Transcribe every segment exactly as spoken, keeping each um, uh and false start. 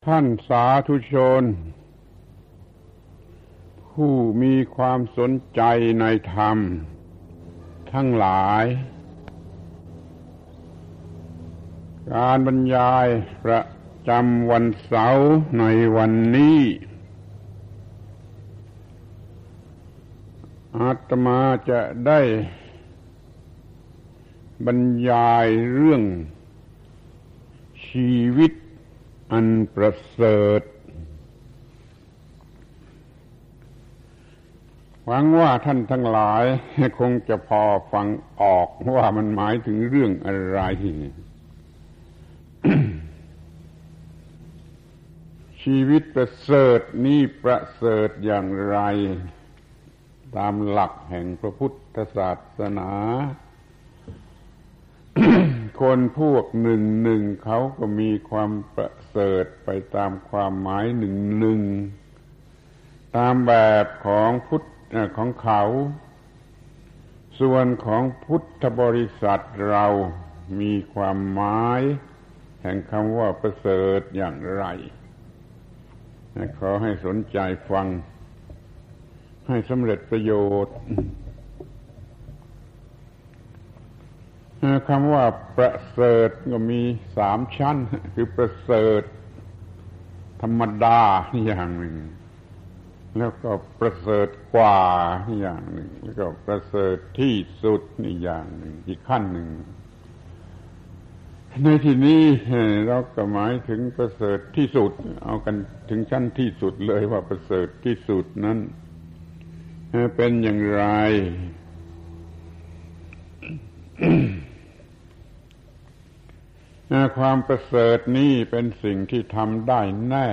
ท่านสาธุชนผู้มีความสนใจในธรรมทั้งหลายการบรรยายประจำวันเสาร์ในวันนี้อาตมาจะได้บรรยายเรื่องชีวิตอันประเสริฐหวังว่าท่านทั้งหลายคงจะพอฟังออกว่ามันหมายถึงเรื่องอะไร ชีวิตประเสริฐนี่ประเสริฐอย่างไรตามหลักแห่งพระพุทธศาสนา คนพวกหนึ่งหนึ่งเขาก็มีความประเสริฐไปตามความหมายหนึ่งหนึ่งตามแบบของพุทธของเขาส่วนของพุทธบริษัทเรามีความหมายแห่งคำว่าประเสริฐอย่างไรขอให้สนใจฟังให้สำเร็จประโยชน์คำว่าประเสริฐก็มีสามชั้นคือประเสริฐธรรมดาอย่างหนึ่งแล้วก็ประเสริฐกว่าอย่างหนึ่งแล้วก็ประเสริฐที่สุดนี่อย่างหนึ่งอีกขั้นหนึ่งในที่นี้เราก็หมายถึงประเสริฐที่สุดเอากันถึงชั้นที่สุดเลยว่าประเสริฐที่สุดนั้นเป็นอย่างไร ความประเสริฐนี้เป็นสิ่งที่ทำได้แน่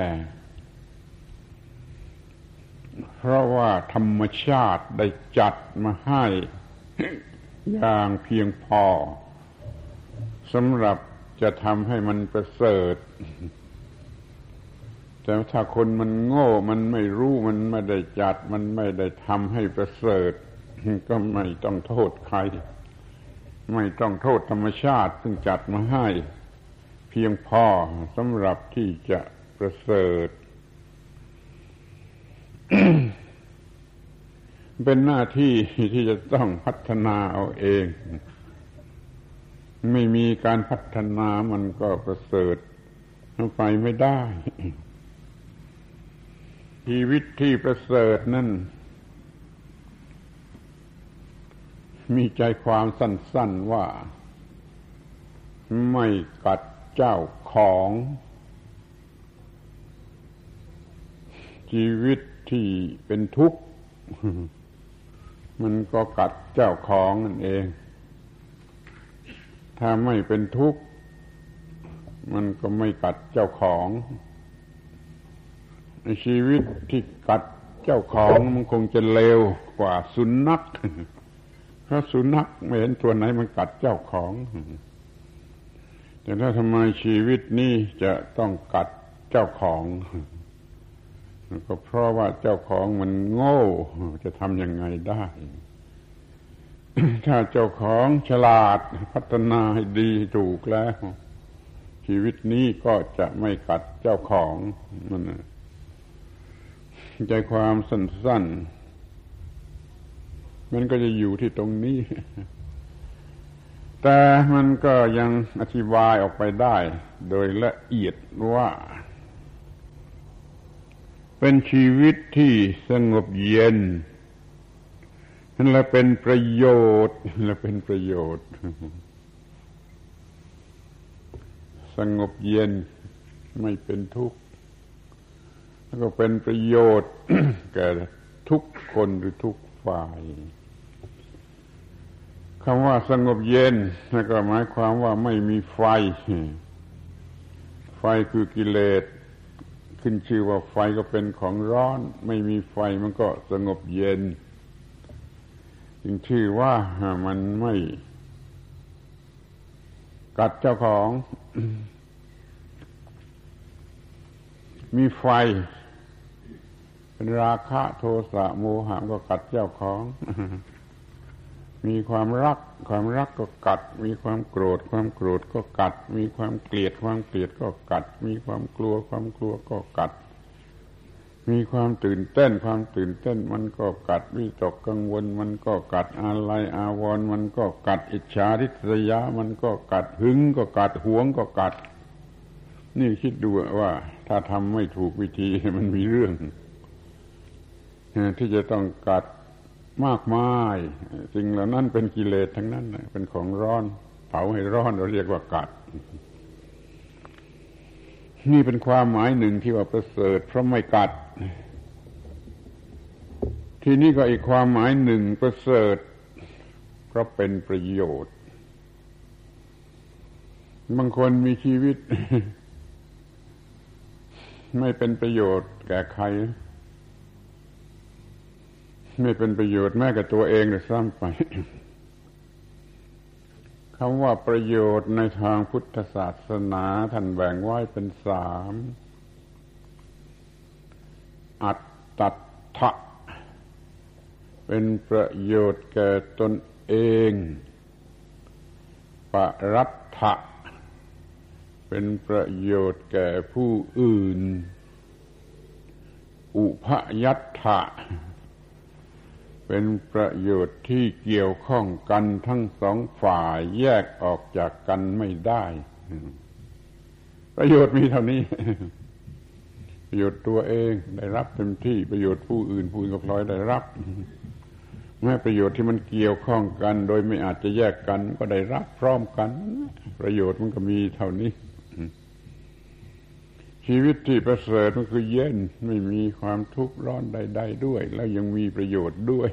เพราะว่าธรรมชาติได้จัดมาให้อย่างเพียงพอสำหรับจะทำให้มันประเสริฐแต่ถ้าคนมันโง่มันไม่รู้มันไม่ได้จัดมันไม่ได้ทำให้ประเสริฐก็ไม่ต้องโทษใครไม่ต้องโทษธรรมชาติซึ่งจัดมาให้เพียงพอสำหรับที่จะประเสริฐ เป็นหน้าที่ที่จะต้องพัฒนาเอาเองไม่มีการพัฒนามันก็ประเสริฐไปไม่ได้ ชีวิตที่ประเสริฐนั่นมีใจความสั้นๆว่าไม่กัดเจ้าของชีวิตที่เป็นทุกข์มันก็กัดเจ้าของนั่นเองถ้าไม่เป็นทุกข์มันก็ไม่กัดเจ้าของชีวิตที่กัดเจ้าของมันคงจะเลวกว่าสุนัขเพราะสุนัขไม่เห็นตัวไหนมันกัดเจ้าของแต่ถ้าทำไมชีวิตนี้จะต้องกัดเจ้าของก็เพราะว่าเจ้าของมันโง่จะทำยังไงได้ ถ้าเจ้าของฉลาดพัฒนาให้ดีถูกแล้วชีวิตนี้ก็จะไม่กัดเจ้าของมันใจความสั้นๆมันก็จะอยู่ที่ตรงนี้ แต่มันก็ยังอธิบายออกไปได้โดยละเอียดว่าเป็นชีวิตที่สงบเย็นนั่นแหละเป็นประโยชน์และเป็นประโยชน์สงบเย็นไม่เป็นทุกข์แล้วก็เป็นประโยชน์ แก่ทุกคนหรือทุกฝ่ายคำว่าสงบเย็นนั่นก็หมายความว่าไม่มีไฟไฟคือกิเลสขึ้นชื่อว่าไฟก็เป็นของร้อนไม่มีไฟมันก็สงบเย็นจึงชื่อว่ามันไม่กัดเจ้าของ มีไฟเป็นราคะโทสะโมหะก็กัดเจ้าของมีความรักความรักก็กัดมีความโกรธความโกรธก็กัดมีความเกลียดความเกลียดก็กัดมีความกลัวความกลัวก็กัดมีความตื่นเต้นความตื่นเต้นมันก็กัดวิตกกังวลมันก็กัดอาลัยอาวรณ์มันก็กัดอิจฉาริษยามันก็กัดหึงก็กัดหวงก็กัดนี่คิดดูว่าถ้าทำไม่ถูกวิธีมันมีเรื่องที่จะต้องกัดมากมายสิ่งเหล่านั้นเป็นกิเลสทั้งนั้นเป็นของร้อนเผาให้ร้อนเราเรียกว่ากัดนี่เป็นความหมายหนึ่งที่ว่าประเสริฐเพราะไม่กัดทีนี้ก็อีกความหมายหนึ่งประเสริฐเพราะเป็นประโยชน์บางคนมีชีวิต ไม่เป็นประโยชน์แก่ใครไม่เป็นประโยชน์แม้กับตัวเองเลยซ้ำไป คำว่าประโยชน์ในทางพุทธศาสนาท่านแบ่งไว้เป็นสามอัตตัตถะเป็นประโยชน์แก่ตนเองปรัตถะเป็นประโยชน์แก่ผู้อื่นอุพยัตถะเป็นประโยชน์ที่เกี่ยวข้องกันทั้งสองฝ่ายแยกออกจากกันไม่ได้ประโยชน์มีเท่านี้ประโยชน์ตัวเองได้รับเต็มที่ประโยชน์ผู้อื่นผู้อื่นก็พลอยได้รับแม้ประโยชน์ที่มันเกี่ยวข้องกันโดยไม่อาจจะแยกกันก็ได้รับพร้อมกันประโยชน์มันก็มีเท่านี้ชีวิตที่ประเสริฐมันคือเย็นไม่มีความทุกข์ร้อนใดๆด้วยแล้วยังมีประโยชน์ด้วย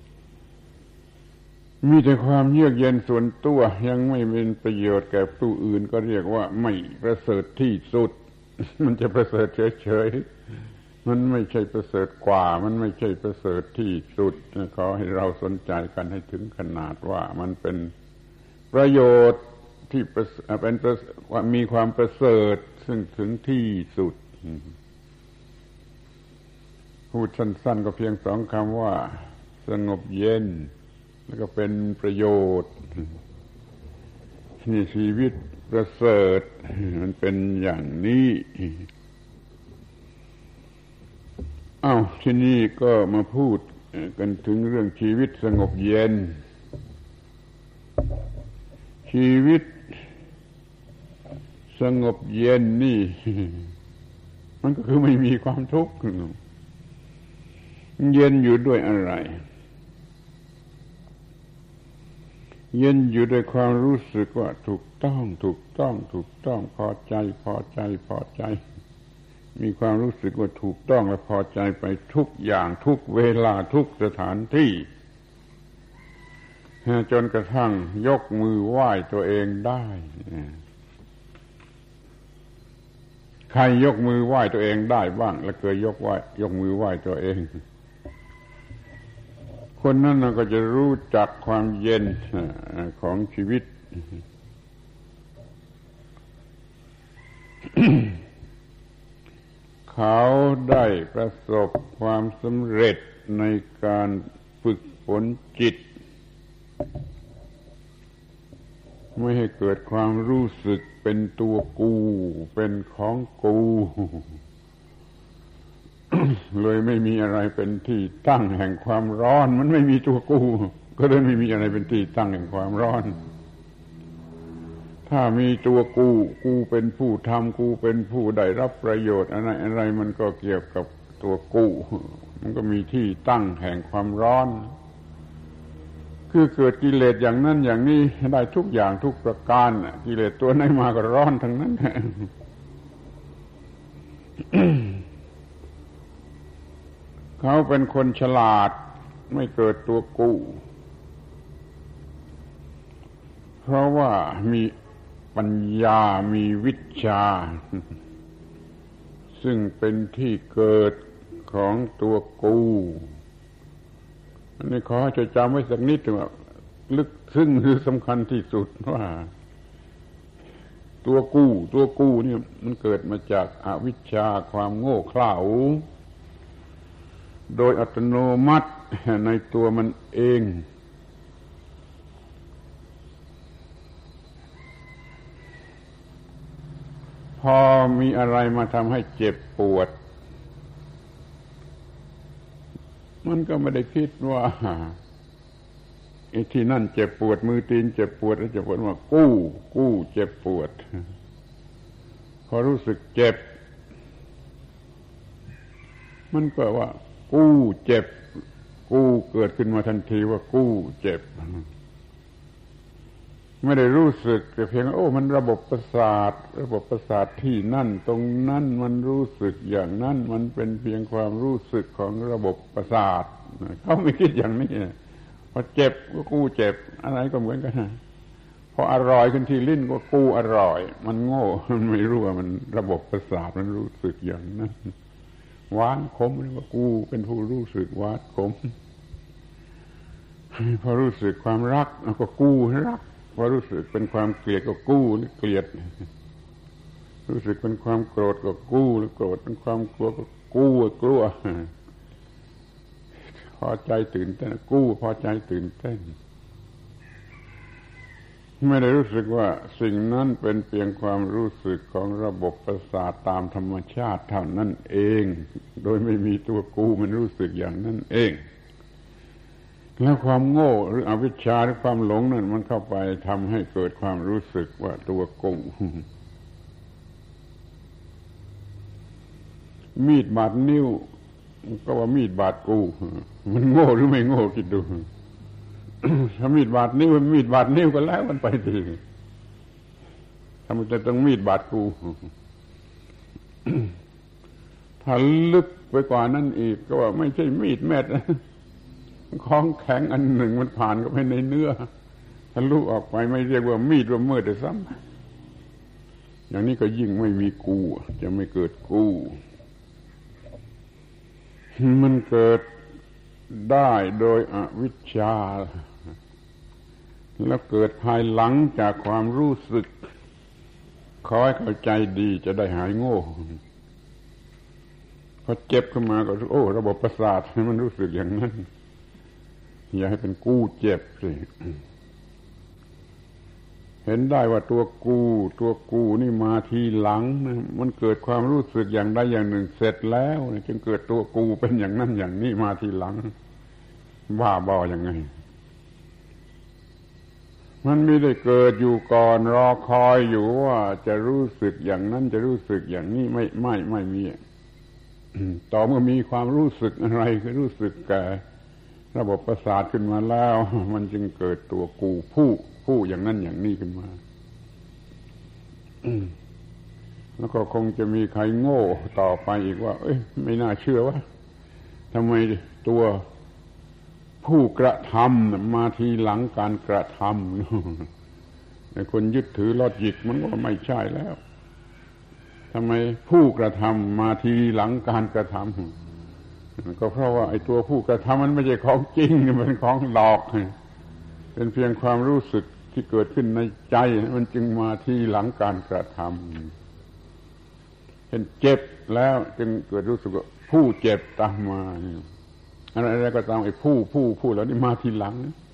มีแต่ความเยือกเย็นส่วนตัวยังไม่เป็นประโยชน์แก่ผู้อื่นก็เรียกว่าไม่ประเสริฐที่สุดมันจะประเสริฐเฉยๆมันไม่ใช่ประเสริฐกว่ามันไม่ใช่ประเสริฐที่สุดขอให้เราสนใจกันให้ถึงขนาดว่ามันเป็นประโยชน์ที่เป็นมีความประเสริฐซึ่งถึงที่สุดพูดสั้นๆก็เพียงสองคำว่าสงบเย็นแล้วก็เป็นประโยชน์นี่ชีวิตประเสริฐมันเป็นอย่างนี้อ้าวที่นี่ก็มาพูดกันถึงเรื่องชีวิตสงบเย็นชีวิตสงบเย็นนี่มันก็คือไม่มีความทุกข์เย็นอยู่ด้วยอะไรเย็นอยู่ด้วยความรู้สึกว่าถูกต้องถูกต้องถูกต้องพอใจพอใจพอใจมีความรู้สึกว่าถูกต้องและพอใจไปทุกอย่างทุกเวลาทุกสถานที่จนกระทั่งยกมือไหว้ตัวเองได้ใครยกมือไหว้ตัวเองได้บ้างและเคยยกไหว้ยกมือไหว้ตัวเองคนนั้นก็จะรู้จักความเย็นของชีวิต เขาได้ประสบความสำเร็จในการฝึกฝนจิตไม่ให้เกิดความรู้สึกเป็นตัวกูเป็นของกู เลยไม่มีอะไรเป็นที่ตั้งแห่งความร้อนมันไม่มีตัวกูก็เลยไม่มีอะไรเป็นที่ตั้งแห่งความร้อนถ้ามีตัวกูกูเป็นผู้ทำกูเป็นผู้ได้รับประโยชน์อะไรอะไรมันก็เกี่ยวกับตัวกูมันก็มีที่ตั้งแห่งความร้อนคือเกิดกิเลสอย่างนั้นอย่างนี้ได้ทุกอย่างทุกประการกิเลสตัวไหนมาก็ร้อนทั้งนั้น เขาเป็นคนฉลาดไม่เกิดตัวกู้เพราะว่ามีปัญญามีวิชาซึ่งเป็นที่เกิดของตัวกู้อันนี้ขอให้จำไว้สักนิดว่าลึกซึ้งคือสำคัญที่สุดว่าตัวกู้ตัวกู้นี่มันเกิดมาจากอวิชชาความโง่เขลาโดยอัตโนมัติในตัวมันเองพอมีอะไรมาทำให้เจ็บปวดมันก็ไม่ได้คิดว่าไอ้ที่นั่นเจ็บปวดมือตีนเจ็บปวดแล้วจะพูดว่ากู้กู้เจ็บปวดพอรู้สึกเจ็บมันก็ว่ากู้เจ็บกู้เกิดขึ้นมาทันทีว่ากู้เจ็บไม่ได้รู้สึกแต่เพียงโอ้มันระบบประสาทระบบประสาทที่นั่นตรงนั้นมันรู้สึกอย่างนั้นมันเป็นเพียงความรู้สึกของระบบประสาทเขาไม่คิดอย่างนี้พอเจ็บก็กู้เจ็บอะไรก็เหมือนกันพออร่อยขึ้นที่ลิ้นก็กู้อร่อยมันโง่มันไม่รู้ว่ามันระบบประสาทมันรู้สึกอย่างนั้นหวานขมก็กู้เป็นผู้รู้สึกหวานขมพอรู้สึกความรักก็กู้รักพอรู้สึกเป็นความเกลียดก็กู้หรือเกลียดรู้สึกเป็นความโกรธก็กู้หรือโกรธเป็นความกลัวก็กู้กลัวพอใจตื่นเต้นกู้พอใจตื่นเต้นไม่ได้รู้สึกว่าสิ่งนั้นเป็นเพียงความรู้สึกของระบบประสาทตามธรรมชาติเท่านั้นเองโดยไม่มีตัวกู้มันรู้สึกอย่างนั้นเองแล้วความโง่หรืออวิชชาหรือความหลงนั่นมันเข้าไปทำให้เกิดความรู้สึกว่าตัวกูมีดบาดนิ้วก็ว่ามีดบาดกูมันโง่หรือไม่โง่คิดดูถ้ามีดบาดนิ้วมีดบาดนิ้วก็แล้วมันไปทีทำไมจะต้องมีดบาดกูถ้าลึกไปกว่านั้นอีกก็ว่าไม่ใช่มีดแม้แต่ของแข็งอันหนึ่งมันผ่านเข้าไปในเนื้อทะลุออกไปไม่เรียกว่ามีดว่ามืดเลยซ้ำอย่างนี้ก็ยิ่งไม่มีกูจะไม่เกิดกูมันเกิดได้โดยอวิชชาแล้วเกิดภายหลังจากความรู้สึกขอให้เข้าใจดีจะได้หายโง่พอเจ็บขึ้นมาก็โอ้ระบบประสาทมันรู้สึกอย่างนั้นอย่าให้เป็นกู้เจ็บสิเห็นได้ว่าตัวกูตัวกูนี่มาทีหลังนะมันเกิดความรู้สึกอย่างใดอย่างหนึ่งเสร็จแล้วจึงเกิดตัวกูเป็นอย่างนั้นอย่างนี้มาทีหลังบ้าบออย่างไงมันไม่ได้เกิดอยู่ก่อนรอคอยอยู่ว่าจะรู้สึกอย่างนั้นจะรู้สึกอย่างนี้ไม่ไม่ไม่มีต่อเมื่อมีความรู้สึกอะไรคือรู้สึกแก่ระบบประสาทขึ้นมาแล้วมันจึงเกิดตัวกูผู้ผู้อย่างนั้นอย่างนี้ขึ้นมาแล้วก็คงจะมีใครโง่ต่อไปอีกว่าเอ้ยไม่น่าเชื่อว่าทำไมตัวผู้กระทำมาทีหลังการกระทำแต่คนยึดถือลอจิกมันว่าไม่ใช่แล้วทำไมผู้กระทำมาทีหลังการกระทำก็เพราะว่าไอ้ตัวผู้กระทำมันไม่ใช่ของจริงมันเป็นของหลอกเป็นเพียงความรู้สึกที่เกิดขึ้นในใจมันจึงมาทีหลังการกระทำเห็นเจ็บแล้วจึงเกิดรู้สึกว่าผู้เจ็บตามมาอะไรๆก็ตามไอ้ผู้ผู้ผู้แล้วนี่มาทีหลัง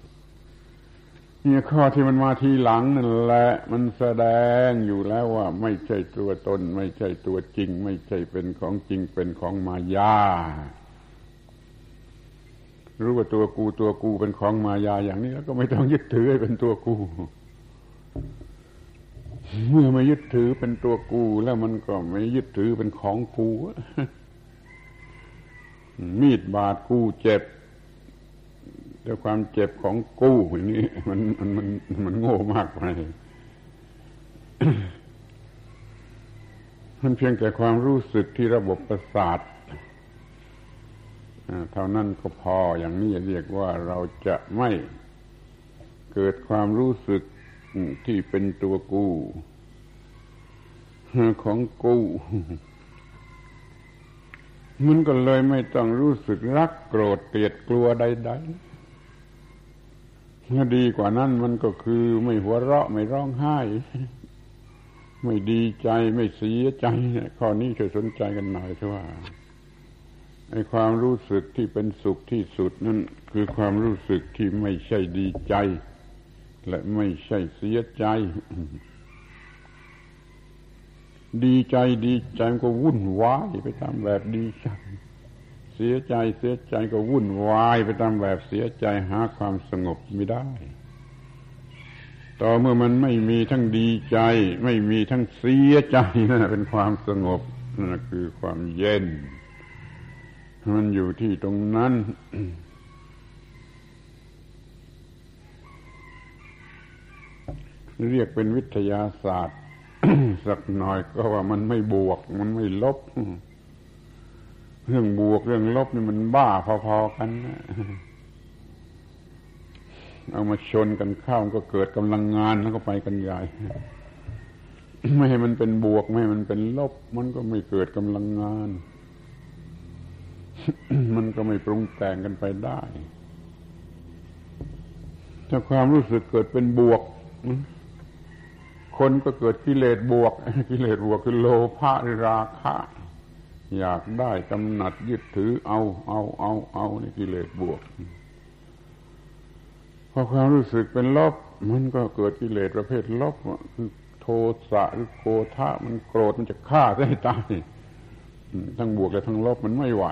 นี่ข้อที่มันมาทีหลังนั่นแหละมันแสดงอยู่แล้วว่าไม่ใช่ตัวตนไม่ใช่ตัวจริงไม่ใช่เป็นของจริงเป็นของมายารู้ว่าตัวกูตัวกูเป็นของมายาอย่างนี้แล้วก็ไม่ต้องยึดถือให้เป็นตัวกูเมื่อไม่ยึดถือเป็นตัวกูแล้วมันก็ไม่ยึดถือเป็นของกูมีดบาดกูเจ็บแต่ความเจ็บของกูอย่างนี้มันมันมันมันโง่มากไปมันเพียงแต่ความรู้สึกที่ระบบประสาทเท่านั้นก็พออย่างนี้เรียกว่าเราจะไม่เกิดความรู้สึกที่เป็นตัวกูของกูมันก็เลยไม่ต้องรู้สึกรักโกรธเกลียดกลัวใดๆถ้าดีกว่านั้นมันก็คือไม่หัวเราะไม่ร้องไห้ไม่ดีใจไม่เสียใจข้อนี้ช่วยสนใจกันหน่อยเถอะว่าไอ้ความรู้สึกที่เป็นสุขที่สุดนั่นคือความรู้สึกที่ไม่ใช่ดีใจและไม่ใช่เสียใจดีใจดีใจมันก็วุ่นวายไปตามแบบดีใจเสียใจเสียใจก็วุ่นวายไปตามแบบเสียใจหาความสงบไม่ได้ต่อเมื่อมันไม่มีทั้งดีใจไม่มีทั้งเสียใจนั่นเป็นความสงบนั่นคือความเย็นมันอยู่ที่ตรงนั้นเรียกเป็นวิทยาศาสตร์ สักหน่อยก็ว่ามันไม่บวกมันไม่ลบเรื่องบวกเรื่องลบนี่มันบ้าพอๆกันนะเอามาชนกันเข้าก็เกิดกำลังงานแล้วก็ไปกันใหญ่ไม่ให้มันเป็นบวกไม่ให้มันเป็นลบมันก็ไม่เกิดกำลังงาน มันก็ไม่ปรุงแต่งกันไปได้ถ้าความรู้สึกเกิดเป็นบวกคนก็เกิดกิเลสบวกกิเลสบวกคือโลภะหรือราคะอยากได้กำหนัดยึดถือเอาเอาเอาเอานี่กิเลสบวกพอความรู้สึกเป็นลบมันก็เกิดกิเลสประเภทลบคือโทสะหรือโกธะมันโกรธมันจะฆ่าให้ตายทั้งบวกและทั้งลบมันไม่ไหว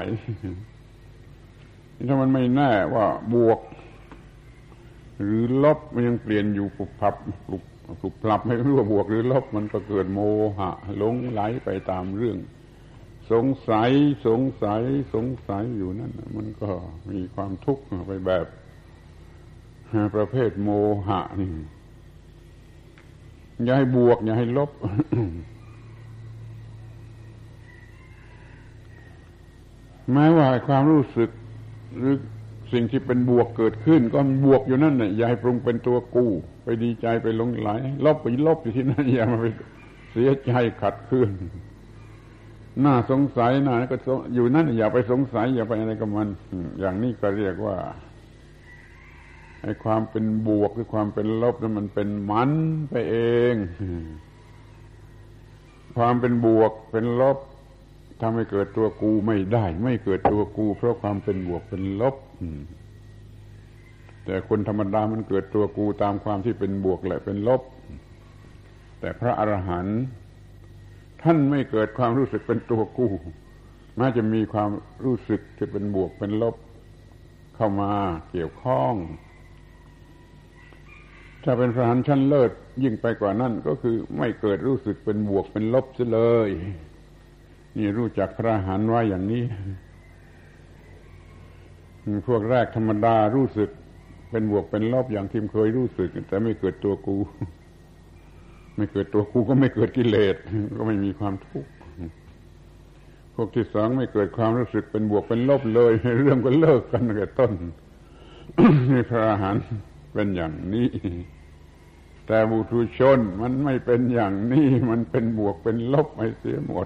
ถ้ามันไม่แน่ว่าบวกหรือลบมันยังเปลี่ยนอยู่ปลุกปรับปลุกปลุกปรับไม่รู้ว่าบวกหรือลบมันก็เกิดโมหะหลงไหลไปตามเรื่องสงสัยสงสัยสงสัยอยู่นั่นมันก็มีความทุกข์ไปแบบประเภทโมหะนี่อย่าให้บวกอย่าให้ลบ แม้ว่าความรู้สึกหรือสิ่งที่เป็นบวกเกิดขึ้นก็บวกอยู่นั่นน่ะอย่าให้ปรุงเป็นตัวกูไปดีใจไปหลงไหลลบไปลบอยู่ที่นั่นอย่ามาไปเสียใจขัดเคืองน่าสงสัยน่าก็อยู่นั่นอย่าไปสงสัยอย่าไปอะไรกับมันอย่างนี้ก็เรียกว่าไอ้ความเป็นบวกหรือความเป็นลบนั้นมันเป็นมันไปเองความเป็นบวกเป็นลบทำให้เกิดตัวกูไม่ได้ไม่เกิดตัวกูเพราะความเป็นบวกเป็นลบแต่คนธรรมดามันเกิดตัวกูตามความที่เป็นบวกและเป็นลบแต่พระอรหันต์ท่านไม่เกิดความรู้สึกเป็นตัวกูแม้จะมีความรู้สึกที่เป็นบวกเป็นลบเข้ามาเกี่ยวข้องถ้าเป็นพระอรหันต์ชั้นเลิศยิ่งไปกว่านั้นก็คือไม่เกิดรู้สึกเป็นบวกเป็นลบเสียเลยนี่รู้จักพระอรหันต์ว่าอย่างนี้พวกแรกธรรมดารู้สึกเป็นบวกเป็นลบอย่างที่เคยรู้สึกแต่ไม่เกิดตัวกูไม่เกิดตัวกูก็ไม่เกิดกิเลสก็ไม่มีความทุกข์พวกที่สองไม่เกิดความรู้สึกเป็นบวกเป็นลบเลยเรื่องก็เลิกกันตั้งแต่ต้น นี่พระอรหันต์เป็นอย่างนี้แต่บุถุชนมันไม่เป็นอย่างนี้มันเป็นบวกเป็นลบไปเสียหมด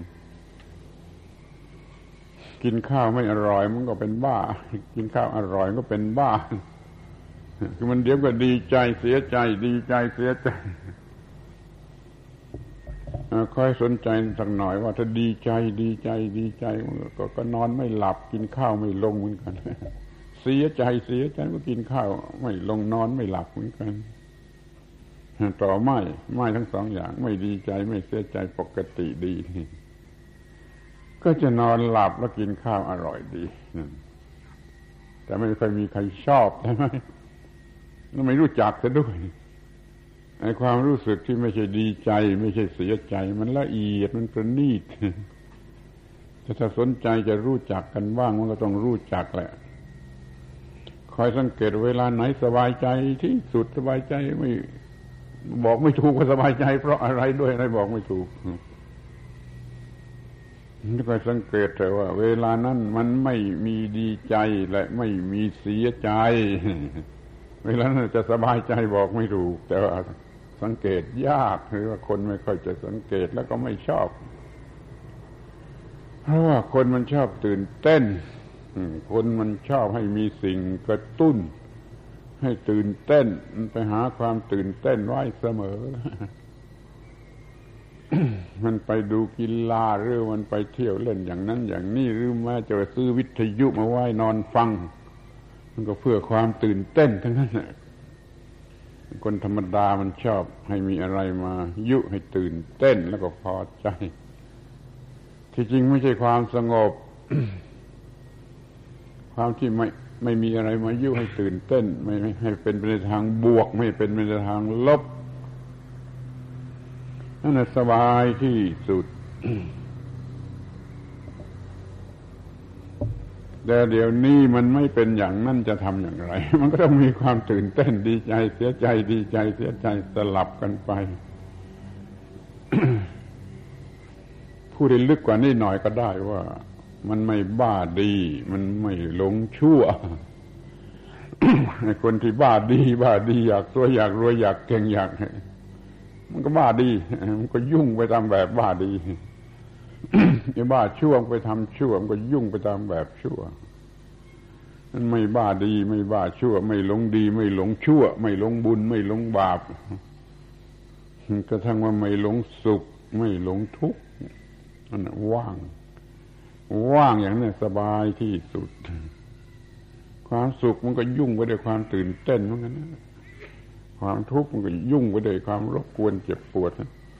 กินข้าวไม่อร่อยมันก็เป็นบ้ากินข้าวอร่อยก็เป็นบ้าคือมันเดี๋ยวก็ดีใจเสียใจดีใจเสียใจค่อยสนใจสักหน่อยว่าถ้าดีใจดีใจดีใจก็ก็นอนไม่หลับกินข้าวไม่ลงเหมือนกันเสียใจเสียใจก็กินข้าวไม่ลงนอนไม่หลับเหมือนกันต่อไม่ไม่ทั้งสองอย่างไม่ดีใจไม่เสียใจปกติดีก็จะนอนหลับแล้วกินข้าวอร่อยดีแต่ไม่เคยมีใครชอบใช่ไหมแล้วไม่รู้จักซะด้วยไอ้ความรู้สึกที่ไม่ใช่ดีใจไม่ใช่เสียใจมันละเอียดมันประณีตแต่ถ้าสนใจจะรู้จักกันบ้างมันก็ต้องรู้จักแหละคอยสังเกตเวลาไหนสบายใจที่สุดสบายใจไม่บอกไม่ถูกว่าสบายใจเพราะอะไรด้วยอะไรบอกไม่ถูกนี่คอยสังเกตแต่ว่าเวลานั้นมันไม่มีดีใจและไม่มีเสียใจเวลานั้นจะสบายใจบอกไม่ถูกแต่ว่าสังเกตยากหรือว่าคนไม่ค่อยจะสังเกตแล้วก็ไม่ชอบเพราะว่าคนมันชอบตื่นเต้นคนมันชอบให้มีสิ่งกระตุ้นให้ตื่นเต้นมันไปหาความตื่นเต้นไว้เสมอ มันไปดูกีฬาหรือมันไปเที่ยวเล่นอย่างนั้นอย่างนี้หรือแม้จะซื้อวิทยุมาไว้นอนฟังมันก็เพื่อความตื่นเต้นทั้งนั้นแหละคนธรรมดามันชอบให้มีอะไรมายุให้ตื่นเต้นแล้วก็พอใจที่จริงไม่ใช่ความสงบ ความที่ไม่ไม่มีอะไรมายุให้ตื่นเต้นไม่ให้เป็นไปในทางบวกไม่เป็นไปในทางลบนั่นแหละสบายที่สุด แต่เดี๋ยวนี้มันไม่เป็นอย่างนั้นจะทำอย่างไร มันก็ต้องมีความตื่นเต้นดีใจเสียใจดีใจเสียใจสลับกันไป พูดได้ลึกกว่านี้หน่อยก็ได้ว่ามันไม่บ้าดีมันไม่หลงชั่ว ไอ้คนที่บ้าดีบ้าดีอยากตัวอยากรวยอยากเก่งอยากมันก็บ้าดีมันก็ยุ่งไปตามแบบบ้าดี ไอ้บ้าชั่วไปทำชั่วมันก็ยุ่งไปตามแบบชั่วมันไม่บ้าดีไม่บ้าชั่วไม่หลงดีไม่หลงชั่วไม่หลงบุญไม่หลงบาปกระทั่งว่าไม่หลงสุขไม่หลงทุกข์นั่นน่ะว่างว่างอย่างนี้สบายที่สุดความสุขมันก็ยุ่งไปด้วยความตื่นเต้นเหมือนกันนะความทุกข์มันก็ยุ่งไปด้วยความรบกวนเจ็บปวด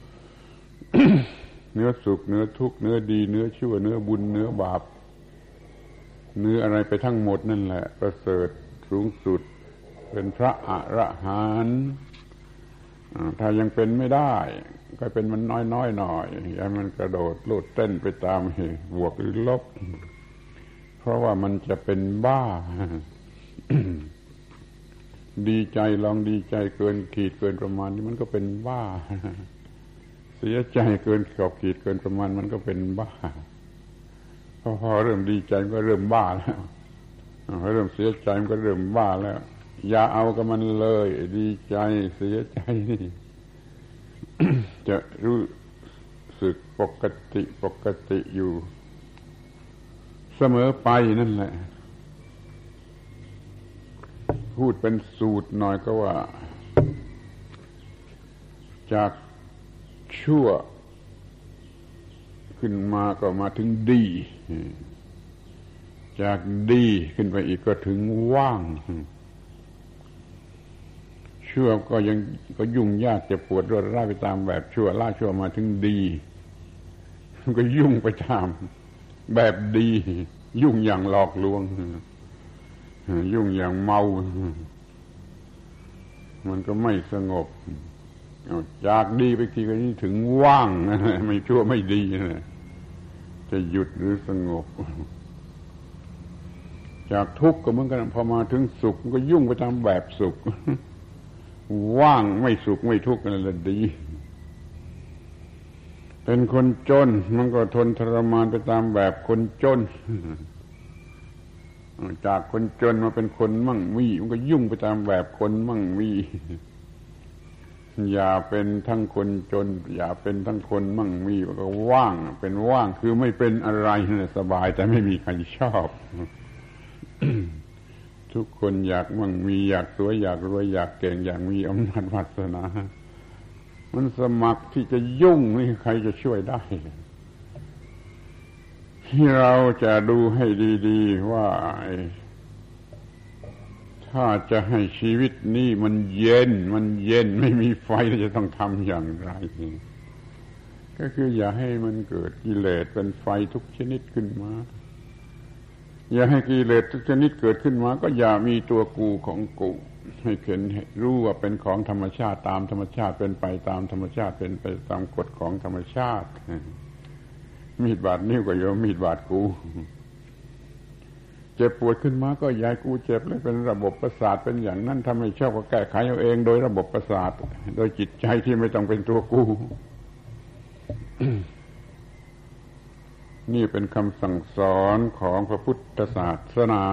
เนื้อสุขเนื้อทุกข์เนื้อดีเนื้อชั่วเนื้อบุญเนื้อบาปเนื้ออะไรไปทั้งหมดนั่นแหละประเสริฐสูงสุดเป็นพระอรหันต์ถ้ายังเป็นไม่ได้ก็เป็นมันน้อยๆหน่อยอย่ามันกระโดดโลดเต้นไปตามเหตุบวกหรือลบเพราะว่ามันจะเป็นบ้า ดีใจลองดีใจเกินขีดเกินประมาณนี่มันก็เป็นบ้า เสียใจเกินขอบขีดเกินประมาณมันก็เป็นบ้าพอพอเริ่มดีใจมันก็เริ่มบ้าแล้วพอเริ่มเสียใจมันก็เริ่มบ้าแล้วอย่าเอากับมันเลยดีใจเสียใจนี่ จะรู้สึกปกติปกติอยู่เสมอไปนั่นแหละพูดเป็นสูตรหน่อยก็ว่าจากชั่วขึ้นมาก็มาถึงดีจากดีขึ้นไปอีกก็ถึงว่างชั่วก็ยังก็ยุ่งยากจะปวดรวดร้ายไปตามแบบชั่วล่าชั่วมาถึงดีก็ยุ่งไปตามแบบดียุ่งอย่างหลอกลวงยุ่งอย่างเมามันก็ไม่สงบจากดีไปทีก็นี่ถึงว่างไม่ชั่วไม่ดีนะจะหยุดหรือสงบจากทุกข์ก็เหมือนกันพอมาถึงสุขก็ยุ่งไปตามแบบสุขว่างไม่สุขไม่ทุกข์นั่นแหละดีเป็นคนจนมันก็ทนทรมานไปตามแบบคนจนจากคนจนมาเป็นคนมั่งมีมันก็ยุ่งไปตามแบบคนมั่งมีอย่าเป็นทั้งคนจนอย่าเป็นทั้งคนมั่งมีมันก็ว่างเป็นว่างคือไม่เป็นอะไรนะสบายแต่ไม่มีใครชอบ ทุกคนอยากมั่งมีอยากสวยอยากรวยอยากเก่งอยากมีอำนาจวาสนามันสมัครที่จะยุ่งนี่ใครจะช่วยได้ที่เราจะดูให้ดีๆว่าถ้าจะให้ชีวิตนี้มันเย็นมันเย็นไม่มีไฟเราจะต้องทำอย่างไรก็คืออย่าให้มันเกิดกิเลสเป็นไฟทุกชนิดขึ้นมาอย่าให้กิเลสทุกชนิดเกิดขึ้นมาก็อย่ามีตัวกูของกูให้เห็นรู้ว่าเป็นของธรรมชาติตามธรรมชาติเป็นไปตามธรรมชาติเป็นไปตามกฎของธรรมชาติมีดบาดนิ้วก็อย่ามีดบาดกูเจ็บปวดขึ้นมาก็อย่ากูเจ็บเลยเป็นระบบประสาทเป็นอย่างนั้นถ้าไม่ชอบก็แก้ไขเอาเองโดยระบบประสาทโดยจิตใจที่ไม่ต้องเป็นตัวกู นี่เป็นคำสั่งสอนของพระพุทธศาสนา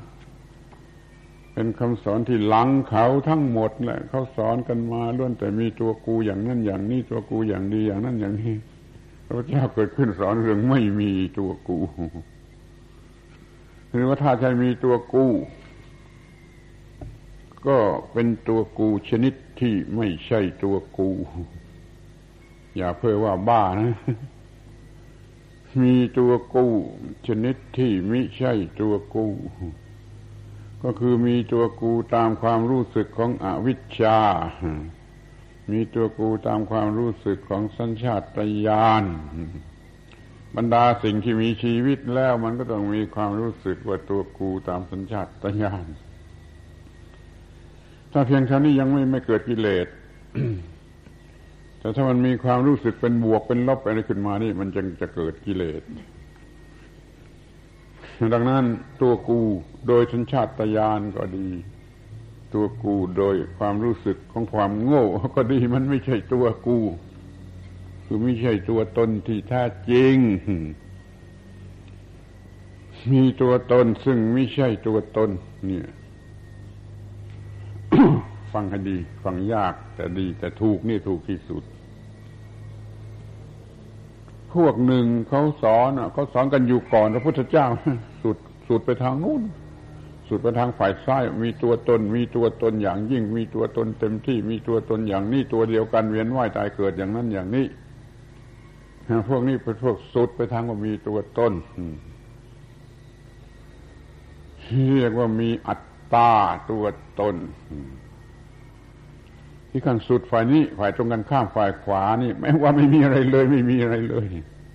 เป็นคำสอนที่หลังเขาทั้งหมดแหละเขาสอนกันมาล้วนแต่มีตัวกูอย่างนั้นอย่างนี้ตัวกูอย่างดีอย่างนั้นอย่างนี้พระพุทธเจ้าเกิดขึ้นสอนเรื่องไม่มีตัวกูหรือว่าถ้าใช่มีตัวกูก็เป็นตัวกูชนิดที่ไม่ใช่ตัวกูอย่าเพ้อว่าบ้านะมีตัวกูชนิดที่ไม่ใช่ตัวกูก็คือมีตัวกูตามความรู้สึกของอวิชชามีตัวกูตามความรู้สึกของสัญชาตญาณบรรดาสิ่งที่มีชีวิตแล้วมันก็ต้องมีความรู้สึกว่าตัวกูตามสัญชาตญาณถ้าเพียงเท่านี้ยังไม่ไม่เกิดกิเลส แต่ถ้ามันมีความรู้สึกเป็นบวกเป็นลบอะไรขึ้นมานี่มันจึงจะเกิดกิเลสดังนั้นตัวกูโดยสัญชาตญาณก็ดีตัวกูโดยความรู้สึกของความโง่ก็ดีมันไม่ใช่ตัวกูคือไม่ใช่ตัวตนที่แท้จริงมีตัวตนซึ่งไม่ใช่ตัวตนเนี่ย ฟังให้ดีฟังยากแต่ดีแต่ถูกนี่ถูกที่สุดพวกหนึ่งเขาสอนเขาสอนกันอยู่ก่อนพระพุทธเจ้าสุดสุดไปทางนู้นสุดไปทางฝ่ายซ้ายมีตัวตนมีตัวตนอย่างยิ่งมีตัวตนเต็มที่มีตัวตนอย่างนี้ตัวเดียวกันเวียนว่ายตายเกิดอย่างนั้นอย่างนี้พวกนี้เป็นพวกสุดไปทางว่ามีตัวตนเรียกว่ามีอัตตาตัวตนที่ขั้นสุดฝ่ายนี้ฝ่ายตรงกันข้ามฝ่ายขวานี่แม้ว่าไม่มีอะไรเลยไม่มีอะไรเลย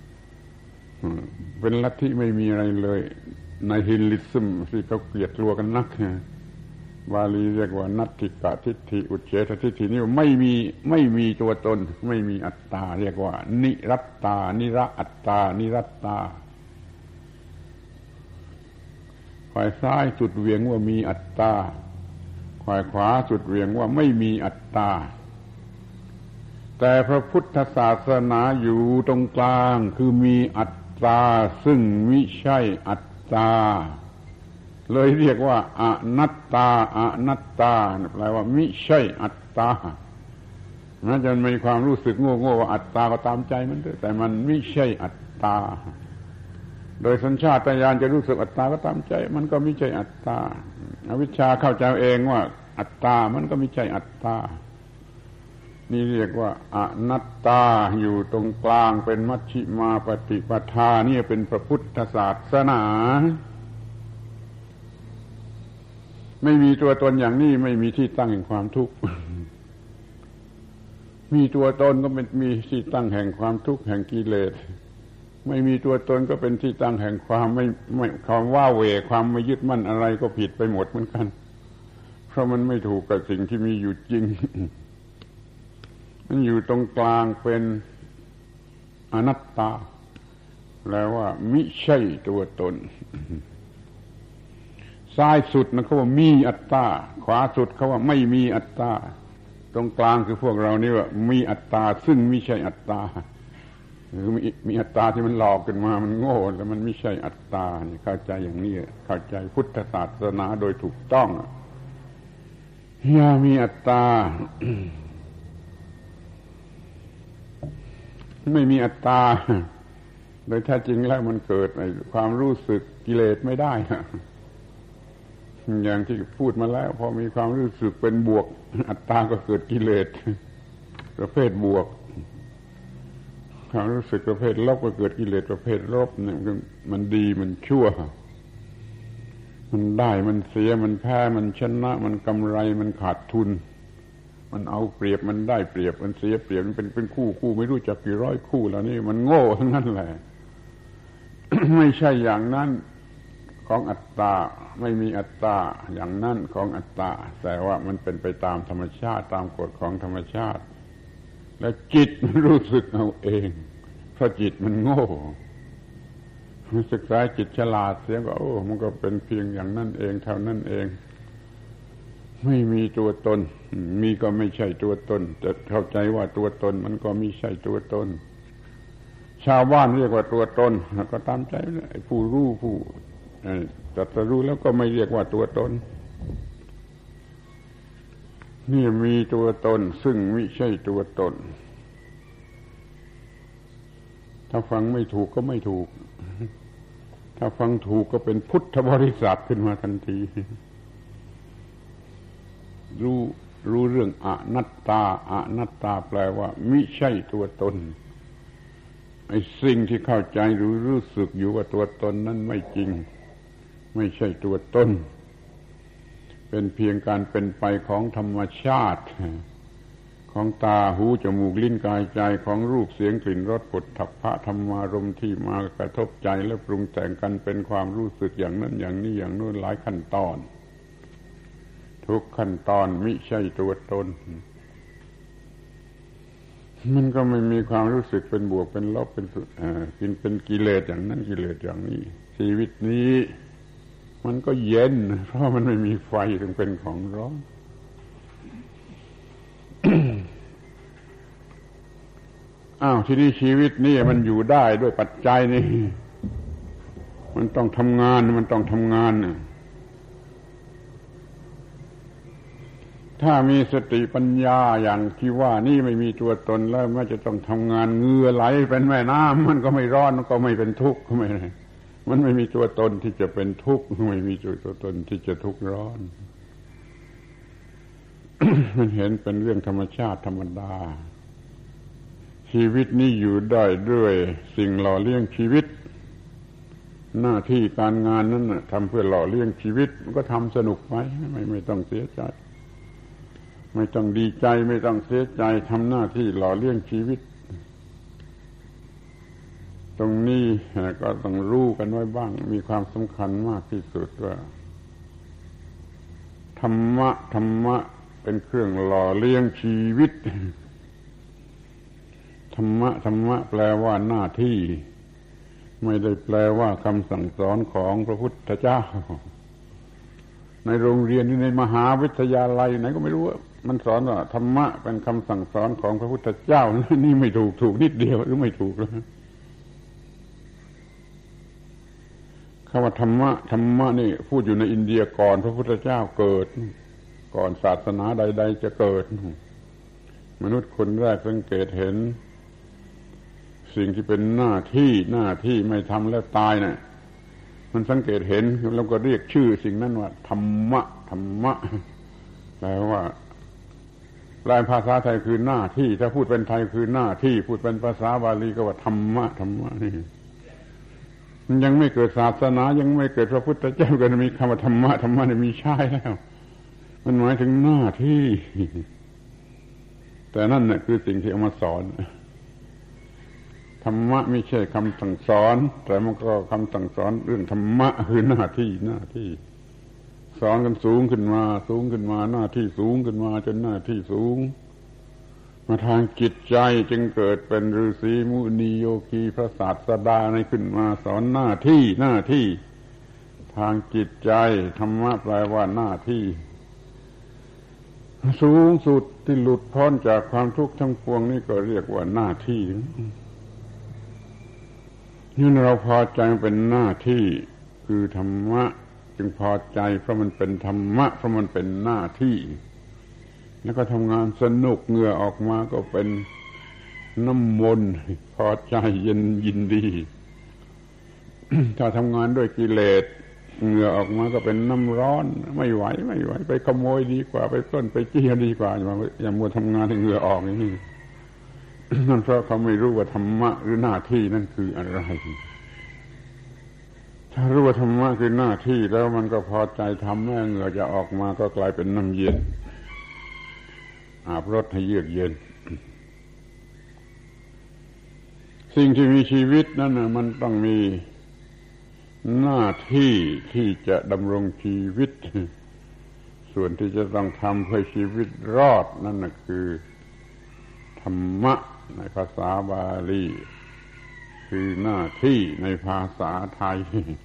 เป็นลัทธิไม่มีอะไรเลยในฮิลลิซึมที่เขาเกลียดกลัวกันนักบาลีเรียกว่านัตถิกะทิฏฐิอุเฉททิฏฐินี่ไม่มีไม่มีตัวตนไม่มีอัตตาเรียกว่านิรัตตานิระอัตตานิรัตตาฝ่ายซ้ายสุดเวียงว่ามีอัตตาฝ่ายขวาสุดเวียงว่าไม่มีอัตตาแต่พระพุทธศาสนาอยู่ตรงกลางคือมีอัตตาซึ่งมิใช่อัตตาเลยเรียกว่าอนัตตาอนัตตาแปลว่ามิใช่อัตตาน่าจะมีความรู้สึกโง่ๆว่าอัตตาก็ตามใจมันด้วยแต่มันไม่ใช่อัตตาโดยสัญชาตญาณจะรู้สึกอัตตาก็ตามใจมันก็ไม่ใช่อัตตาอวิชชาเข้าใจเองว่าอัตตามันก็ไม่ใช่อัตตานี่เรียกว่าอนัตตาอยู่ตรงกลางเป็นมัชฌิมาปฏิปทานี่เป็นพระพุทธศาสนาไม่มีตัวตนอย่างนี้ไม่มีที่ตั้งแห่งความทุกข์มีตัวตนก็เป็นมีที่ตั้งแห่งความทุกข์แห่งกิเลสไม่มีตัวตนก็เป็นที่ตั้งแห่งความไม่ไม่ความว้าเหวความไม่ยึดมั่นอะไรก็ผิดไปหมดเหมือนกันเพราะมันไม่ถูกกับสิ่งที่มีอยู่จริงมันอยู่ตรงกลางเป็นอนัตตาแปลว่ามิใช่ตัวตนซ้ายสุดนะเขาว่ามีอัตตาขวาสุดเขาว่าไม่มีอัตตาตรงกลางคือพวกเรานี่ว่ามีอัตตาซึ่งไม่ใช่อัตตาคือมีมีอัตตาที่มันหลอกขึ้นมามันโง่แล้วมันไม่ใช่อัตตานี่เข้าใจอย่างนี้เข้าใจพุทธศาสนาโดยถูกต้องอย่ามีอัตตา ไม่มีอัตตาโดยแท้จริงแล้วมันเกิดความรู้สึกกิเลสไม่ได้อย่างที่พูดมาแล้วพอมีความรู้สึกเป็นบวกอัตตาก็เกิดกิเลสประเภทบวกความรู้สึกประเภทลบก็เกิดกิเลสประเภทลบเนี่ยมันดีมันชั่วมันได้มันเสียมันแพ้มันชนะมันกำไรมันขาดทุนมันเอาเปรียบมันได้เปรียบมันเสียเปรียบมันเป็นเป็นคู่คู่ไม่รู้จักกี่ร้อยคู่แล้วนี่มันโง่ทั้งนั้นแหละ ไม่ใช่อย่างนั้นของอัตตาไม่มีอัตตาอย่างนั้นของอัตตาแต่ว่ามันเป็นไปตามธรรมชาติตามกฎของธรรมชาติและจิตมันรู้สึกเอาเองเพราะจิตมันโง่ศึกษาจิตฉลาดเสียก็โอ้มันก็เป็นเพียงอย่างนั้นเองเท่านั้นเองไม่มีตัวตนมีก็ไม่ใช่ตัวตนจะเข้าใจว่าตัวตนมันก็ไม่ใช่ตัวตนชาวบ้านเรียกว่าตัวตนก็ตามใจไอ้ผู้รู้ผู้ตรัสรู้แล้วก็ไม่เรียกว่าตัวตนนี่มีตัวตนซึ่งไม่ใช่ตัวตนถ้าฟังไม่ถูกก็ไม่ถูกถ้าฟังถูกก็เป็นพุทธบริษัทขึ้นมาทันทีรู้รู้เรื่องอนัตตาอนัตตาแปลว่ามิใช่ตัวตนไอ้สิ่งที่เข้าใจหรือรู้สึกอยู่ว่าตัวตนนั้นไม่จริงไม่ใช่ตัวตนเป็นเพียงการเป็นไปของธรรมชาติของตาหูจมูกลิ้นกายใจของรูปเสียงกลิ่นรสผลทัพพะธรรมารมณ์ที่มากระทบใจและปรุงแต่งกันเป็นความรู้สึกอย่างนั้นอย่างนี้อย่างโน้นหลายขั้นตอนทุกขั้นตอนมิใช่ตัวตนมันก็ไม่มีความรู้สึกเป็นบวกเป็นลบเป็นอ่ากินเป็นกิเลสอย่างนั้นกิเลสอย่างนี้ชีวิตนี้มันก็เย็นเพราะมันไม่มีไฟถึงเป็นของร้อน อ้าวที่นี่ชีวิตนี่มันอยู่ได้ด้วยปัจจัยนี่มันต้องทำงานมันต้องทำงานถ้ามีสติปัญญาอย่างที่ว่านี่ไม่มีตัวตนแล้วมันจะต้องทำงานเหงื่อไหลเป็นแม่น้ำมันก็ไม่ร้อนมันก็ไม่เป็นทุกข์ไม่มันไม่มีตัวตนที่จะเป็นทุกข์ไม่มีตัวตนที่จะทุกข์ร้อน มันเห็นเป็นเรื่องธรรมชาติธรรมดาชีวิตนี้อยู่ได้ด้วยสิ่งหล่อเลี้ยงชีวิตหน้าที่การงานนั้นทำเพื่อหล่อเลี้ยงชีวิตมันก็ทำสนุกไปไม่ไม่ต้องเสียใจไม่ต้องดีใจไม่ต้องเสียใจทำหน้าที่หล่อเลี้ยงชีวิตตรงนี้ก็ต้องรู้กันไว้บ้างมีความสำคัญมากที่สุดว่าธรรมะธรรมะเป็นเครื่องหล่อเลี้ยงชีวิตธรรมะธรรมะแปลว่าหน้าที่ไม่ได้แปลว่าคำสั่งสอนของพระพุทธเจ้าในโรงเรียนหรือในมหาวิทยาลัยไหนก็ไม่รู้ว่ามันสอนว่าธรรมะเป็นคำสั่งสอนของพระพุทธเจ้านี่ไม่ถูกถูกนิดเดียวหรือไม่ถูกแล้วคำว่าธรรมะธรรมะนี่พูดอยู่ในอินเดียก่อนพระพุทธเจ้าเกิดก่อนศาสนาใดๆจะเกิดมนุษย์คนแรกสังเกตเห็นสิ่งที่เป็นหน้าที่หน้าที่ไม่ทำแล้วตายน่ะมันสังเกตเห็นแล้วก็เรียกชื่อสิ่งนั้นว่าธรรมะธรรมะแปลว่าแปลภาษาไทยคือหน้าที่ถ้าพูดเป็นไทยคือหน้าที่พูดเป็นภาษาบาลีก็ว่าธรรมะธรรมะนี่มันยังไม่เกิดศาสนายังไม่เกิดพระพุทธเจ้าก็มีคำว่าธรรมะธรรมะนี่มีใช่แล้วมันหมายถึงหน้าที่แต่นั่นน่ะคือสิ่งที่เอามาสอนธรรมะไม่ใช่คำสั่งสอนแต่มันก็คำสั่งสอนเรื่องธรรมะคือหน้าที่หน้าที่สอนกันสูงขึ้นมาสูงขึ้นมาหน้าที่สูงขึ้นมาจนหน้าที่สูงมาทางจิตใจจึงเกิดเป็นฤาษีมุนีโยคีพระศาสดาในขึ้นมาสอนหน้าที่หน้าที่ทางจิตใจธรรมะแปลว่าหน้าที่สูงสุดที่หลุดพ้นจากความทุกข์ทั้งปวงนี่ก็เรียกว่าหน้าที่นี่เราพอใจเป็นหน้าที่คือธรรมะจึงพอใจเพราะมันเป็นธรรมะเพราะมันเป็นหน้าที่แล้วก็ทำงานสนุกเหงื่อออกมาก็เป็นน้ำมนต์พอใจเย็นยินดี ถ้าทำงานด้วยกิเลสเหงื่อออกมาก็เป็นน้ำร้อนไม่ไหวไม่ไหวไปขโมยดีกว่าไปปล้นไปจี้ดีกว่าอย่าอย่ามัวทำงานให้เหงื่อออกอย่างนี้ นั่นเพราะเขาไม่รู้ว่าธรรมะหรือหน้าที่นั่นคืออะไรถ้ารู้ว่าธรรมะคือหน้าที่แล้วมันก็พอใจทำแม้เหงื่อจะออกมาก็กลายเป็นน้ำเย็นอาบรดให้เยือกเย็นสิ่งที่มีชีวิตนั่นน่ะมันต้องมีหน้าที่ที่จะดำรงชีวิตส่วนที่จะต้องทำเพื่อชีวิตรอดนั่นน่ะคือธรรมะในภาษาบาลีคือหน้าที่ในภาษาไทย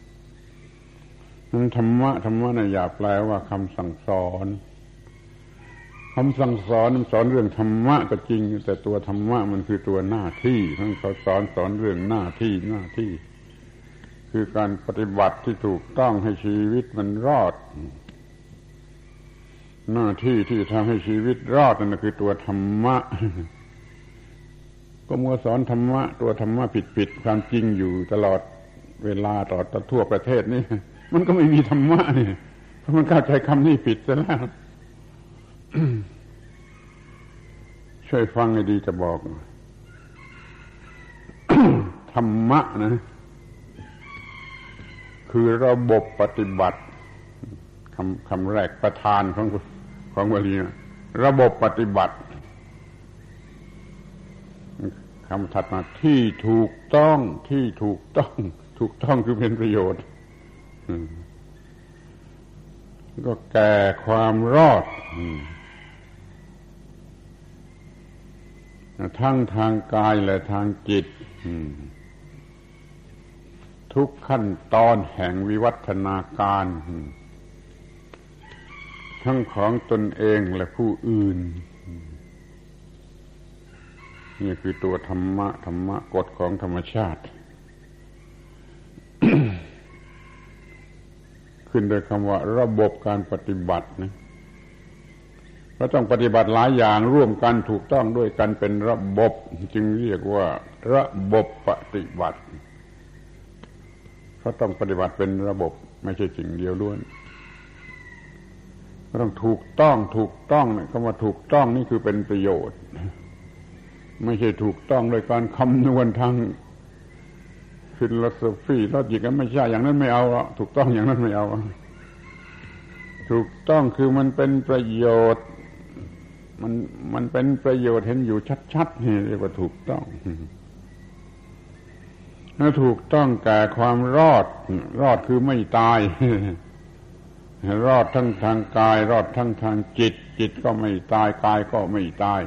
นั้นธรรมะธรรมะน่ะอย่าแปลว่าคำสั่งสอนคำสั่งสอนมันสอนเรื่องธรรมะก็จริงแต่ตัวธรรมะมันคือตัวหน้าที่ทั้งเขาสอนสอนเรื่องหน้าที่หน้าที่คือการปฏิบัติที่ถูกต้องให้ชีวิตมันรอดหน้าที่ที่ทำให้ชีวิตรอดนั่นคือตัวธรรมะก็มัวสอนธรรมะตัวธรรมะผิดๆความจริงอยู่ตลอดเวลาต่อทั่วประเทศนี่มันก็ไม่มีธรรมะนี่เพราะมันเข้าใจคำนี้ผิดซะแล้ว ช่วยฟังให้ดีจะบอก ธรรมะนะคือระบบปฏิบัติคำคำแรกประธานของของบาลีระบบปฏิบัติคำถัดมาที่ถูกต้องที่ถูกต้องถูกต้องคือเป็นประโยชน์ก็แก่ความรอดทั้งทางกายและทางจิตทุกขั้นตอนแห่งวิวัฒนาการทั้งของตนเองและผู้อื่นนี่คือตัวธรรมะธรรมะกฎของธรรมชาติ ขึ้นโดยคำว่าระบบการปฏิบัตินะเพราะต้องปฏิบัติหลายอย่างร่วมกันถูกต้องด้วยกันเป็นระบบจึงเรียกว่าระบบปฏิบัติเพราะต้องปฏิบัติเป็นระบบไม่ใช่สิ่งเดียวล้วนต้องถูกต้องถูกต้องเนี่ยคำว่าถูกต้องนี่คือเป็นประโยชน์ไม่ใช่ถูกต้องโดยการคำนวณทางฟิโลโซฟีลอจิกก็ไม่ใช่อย่างนั้นไม่เอาถูกต้องอย่างนั้นไม่เอาถูกต้องคือมันเป็นประโยชน์มันมันเป็นประโยชน์เห็นอยู่ชัดๆนี่เรียกว่าถูกต้องถ้าถูกต้องแก่ความรอดรอดคือไม่ตายรอดทั้งทางกายรอดทั้งทางจิตจิตก็ไม่ตายกายก็ไม่ตาย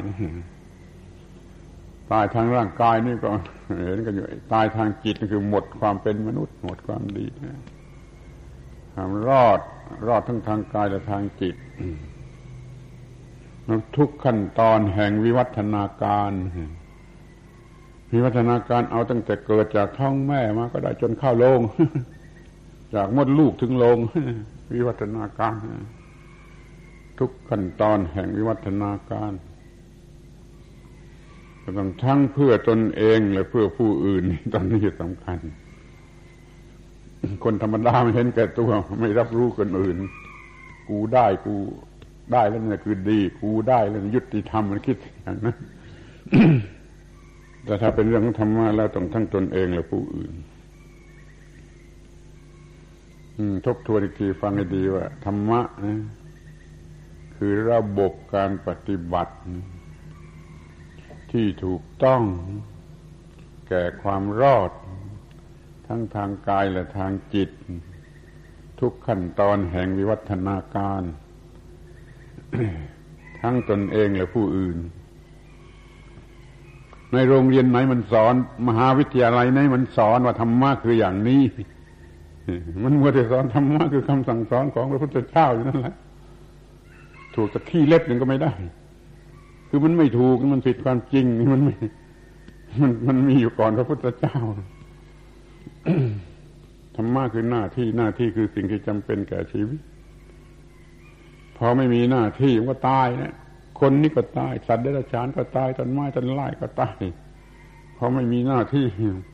ตายทางร่างกายนี่ก็เห็นกันอยู่ตายทางจิตก็คือหมดความเป็นมนุษย์หมดความดีความรอดรอดทั้งทางกายและทางจิตทุกขั้นตอนแห่งวิวัฒนาการวิวัฒนาการเอาตั้งแต่เกิดจากท้องแม่มาก็ได้จนเข้าโลงจากมดลูกถึงโลงวิวัฒนาการทุกขั้นตอนแห่งวิวัฒนาการต้องทั้งเพื่อตนเองและเพื่อผู้อื่นตอนนี้สำคัญคนธรรมดาไม่เห็นแก่ตัวไม่รับรู้คนอื่นกูได้กูได้แล้วนี่คือดีกูได้แล้วยุติธรรมมันคิดอย่างนั้น แต่ถ้าเป็นเรื่องของธรรมะแล้วต้องทั้งตนเองและผู้อื่นทบทวนอีกทีฟังให้ดีว่าธรรมะนะคือระบบการปฏิบัติที่ถูกต้องแก่ความรอดทั้งทางกายและทางจิตทุกขั้นตอนแห่งวิวัฒนาการ ทั้งตนเองและผู้อื่นในโรงเรียนไหนมันสอนมหาวิทยาลัยไหนมันสอนว่าธรรมะคืออย่างนี้มันมัวแต่สอนธรรมะคือคำสั่งสอนของพระพุทธเจ้าอยู่นั่นแหละถูกสักขี้เล็บหนึ่งก็ไม่ได้คือมันไม่ถูกมันผิดความจริงมันไม่มันมันมีอยู่ก่อนพระพุทธเจ้า ธรรมะคือหน้าที่หน้าที่คือสิ่งที่จำเป็นแก่ชีวิตพอไม่มีหน้าที่มันก็ตายนะคนนี่ก็ตายสัตว์เดรัจฉานก็ตายต้นไม้ต้นไม้ก็ตายเพราะไม่มีหน้าที่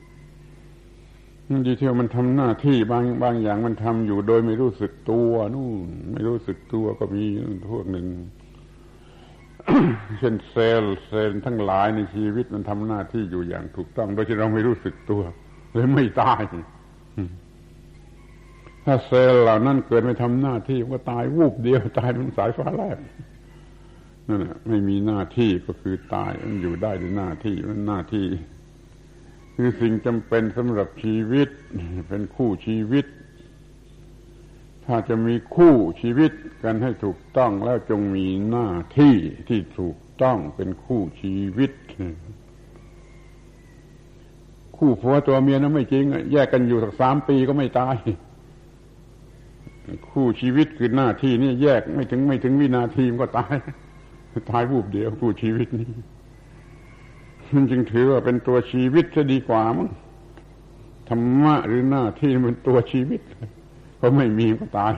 ดีที่มันทำหน้าที่บางบางอย่างมันทำอยู่โดยไม่รู้สึกตัวนู่นไม่รู้สึกตัวก็มีพวกหนึ่ง เช่นเซลล์เซลล์ทั้งหลายในชีวิตมันทำหน้าที่อยู่อย่างถูกต้องโดยที่เราไม่รู้สึกตัวเลยไม่ตายถ้าเซลล์เหล่านั้นเกิดไม่ทำหน้าที่ก็ตายวูบเดียวตายเป็นสายฟ้าแลบนั่นแหละไม่มีหน้าที่ก็คือตายมันอยู่ได้ด้วยหน้าที่มันหน้าที่คือสิ่งจำเป็นสำหรับชีวิตเป็นคู่ชีวิตถ้าจะมีคู่ชีวิตกันให้ถูกต้องแล้วจงมีหน้าที่ที่ถูกต้องเป็นคู่ชีวิตคู่ผัวตัวเมียนั้นไม่จริงแยกกันอยู่สักสามปีก็ไม่ตายคู่ชีวิตคือหน้าที่นี่แยกไม่ถึงไม่ถึงวินาทีมันก็ตายตายวูบเดียวคู่ชีวิตนี้มันจึงถือว่าเป็นตัวชีวิตจะดีกว่ามั้งธรรมะหรือหน้าที่มันตัวชีวิตเพราะไม่มีก็ตาย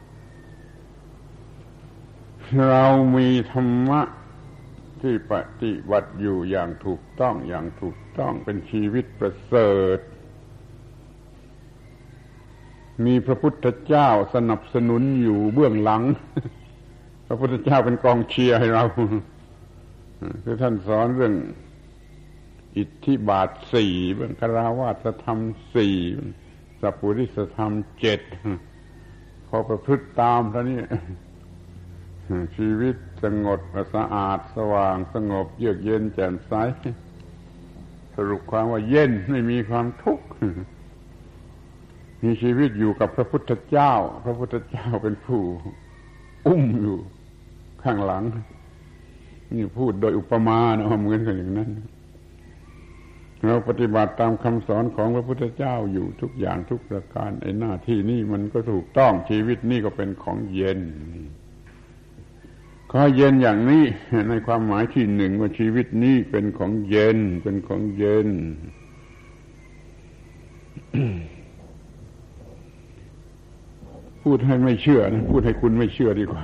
เรามีธรรมะที่ปฏิบัติอยู่อย่างถูกต้องอย่างถูกต้องเป็นชีวิตประเสริฐมีพระพุทธเจ้าสนับสนุนอยู่เบื้องหลังพระพุทธเจ้าเป็นกองเชียร์ให้เราคือท่านสอนเรื่องอิทธิบาทสี่เรื่องคฤหัสถธรรมสี่สัพพุริสธรรมเจ็ดพอประพฤติตามเท่านี้ชีวิตสงบสะอาดสว่างสงบเยือกเย็นแจ่มใสสรุปความว่าเย็นไม่มีความทุกข์มีชีวิตอยู่กับพระพุทธเจ้าพระพุทธเจ้าเป็นผู้อุ้มอยู่ข้างหลังนี่พูดโดยอุปมานะเหมือนกันอย่างนั้นเราปฏิบัติตามคำสอนของพระพุทธเจ้าอยู่ทุกอย่างทุกประการไอ้หน้าที่นี่มันก็ถูกต้องชีวิตนี่ก็เป็นของเย็นขอเย็นอย่างนี้ในความหมายที่หนึ่งว่าชีวิตนี้เป็นของเย็นเป็นของเย็น พูดให้ไม่เชื่อนะพูดให้คุณไม่เชื่อดีกว่า